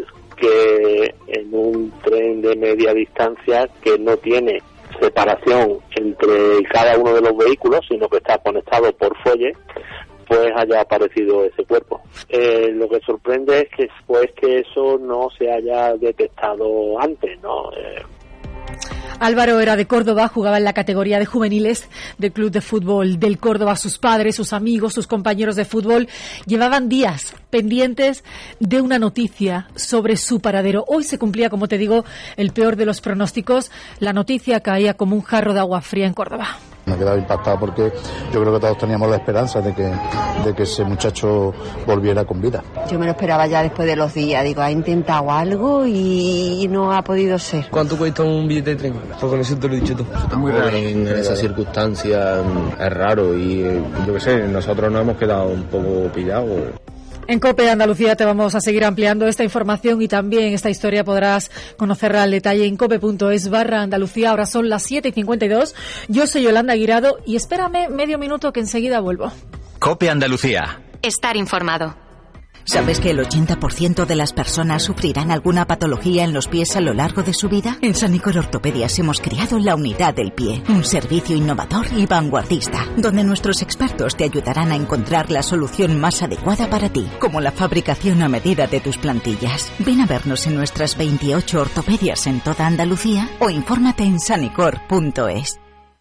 que en un tren de media distancia que no tiene separación entre cada uno de los vehículos, sino que está conectado por fuelle, pues haya aparecido ese cuerpo. Eh, lo que sorprende es que pues que eso no se haya detectado antes, ¿no? Eh, Álvaro era de Córdoba, jugaba en la categoría de juveniles del Club de Fútbol del Córdoba. Sus padres, sus amigos, sus compañeros de fútbol llevaban días pendientes de una noticia sobre su paradero. Hoy se cumplía, como te digo, el peor de los pronósticos. La noticia caía como un jarro de agua fría en Córdoba. Me he quedado impactado porque yo creo que todos teníamos la esperanza de que, de que ese muchacho volviera con vida. Yo me lo esperaba ya después de los días. Digo, ha intentado algo y no ha podido ser. ¿Cuánto cuesta un billete de tren? Pues con eso te lo he dicho tú. Está muy raro. En esas circunstancias es raro y yo qué sé, nosotros nos hemos quedado un poco pillados. En COPE Andalucía te vamos a seguir ampliando esta información y también esta historia podrás conocerla al detalle en cope.es barra Andalucía. Ahora son las siete y cincuenta y dos. Yo soy Yolanda Guirado y espérame medio minuto que enseguida vuelvo. COPE Andalucía. Estar informado. ¿Sabes que el ochenta por ciento de las personas sufrirán alguna patología en los pies a lo largo de su vida? En Sanicor Ortopedias hemos creado la Unidad del Pie, un servicio innovador y vanguardista, donde nuestros expertos te ayudarán a encontrar la solución más adecuada para ti, como la fabricación a medida de tus plantillas. Ven a vernos en nuestras veintiocho ortopedias en toda Andalucía o infórmate en sanicor punto es.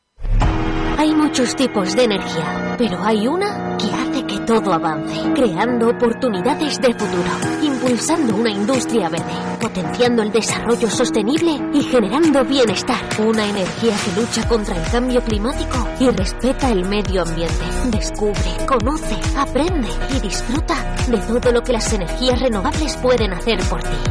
Hay muchos tipos de energía, pero hay una que hace que todo avance, creando oportunidades de futuro, impulsando una industria verde, potenciando el desarrollo sostenible y generando bienestar. Una energía que lucha contra el cambio climático y respeta el medio ambiente. Descubre, conoce, aprende y disfruta de todo lo que las energías renovables pueden hacer por ti.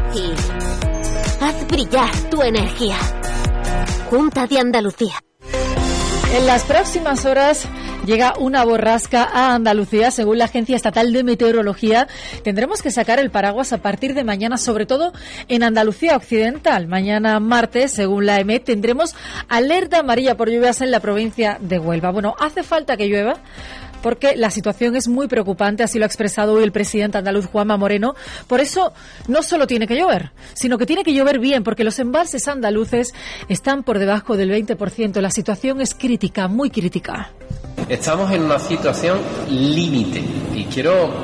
Y haz brillar tu energía. Junta de Andalucía. En las próximas horas llega una borrasca a Andalucía, según la Agencia Estatal de Meteorología. Tendremos que sacar el paraguas a partir de mañana, sobre todo en Andalucía Occidental. Mañana martes, según la E M E T, tendremos alerta amarilla por lluvias en la provincia de Huelva. Bueno, hace falta que llueva, porque la situación es muy preocupante, así lo ha expresado hoy el presidente andaluz Juanma Moreno. Por eso no solo tiene que llover, sino que tiene que llover bien, porque los embalses andaluces están por debajo del veinte por ciento. La situación es crítica, muy crítica. Estamos en una situación límite y quiero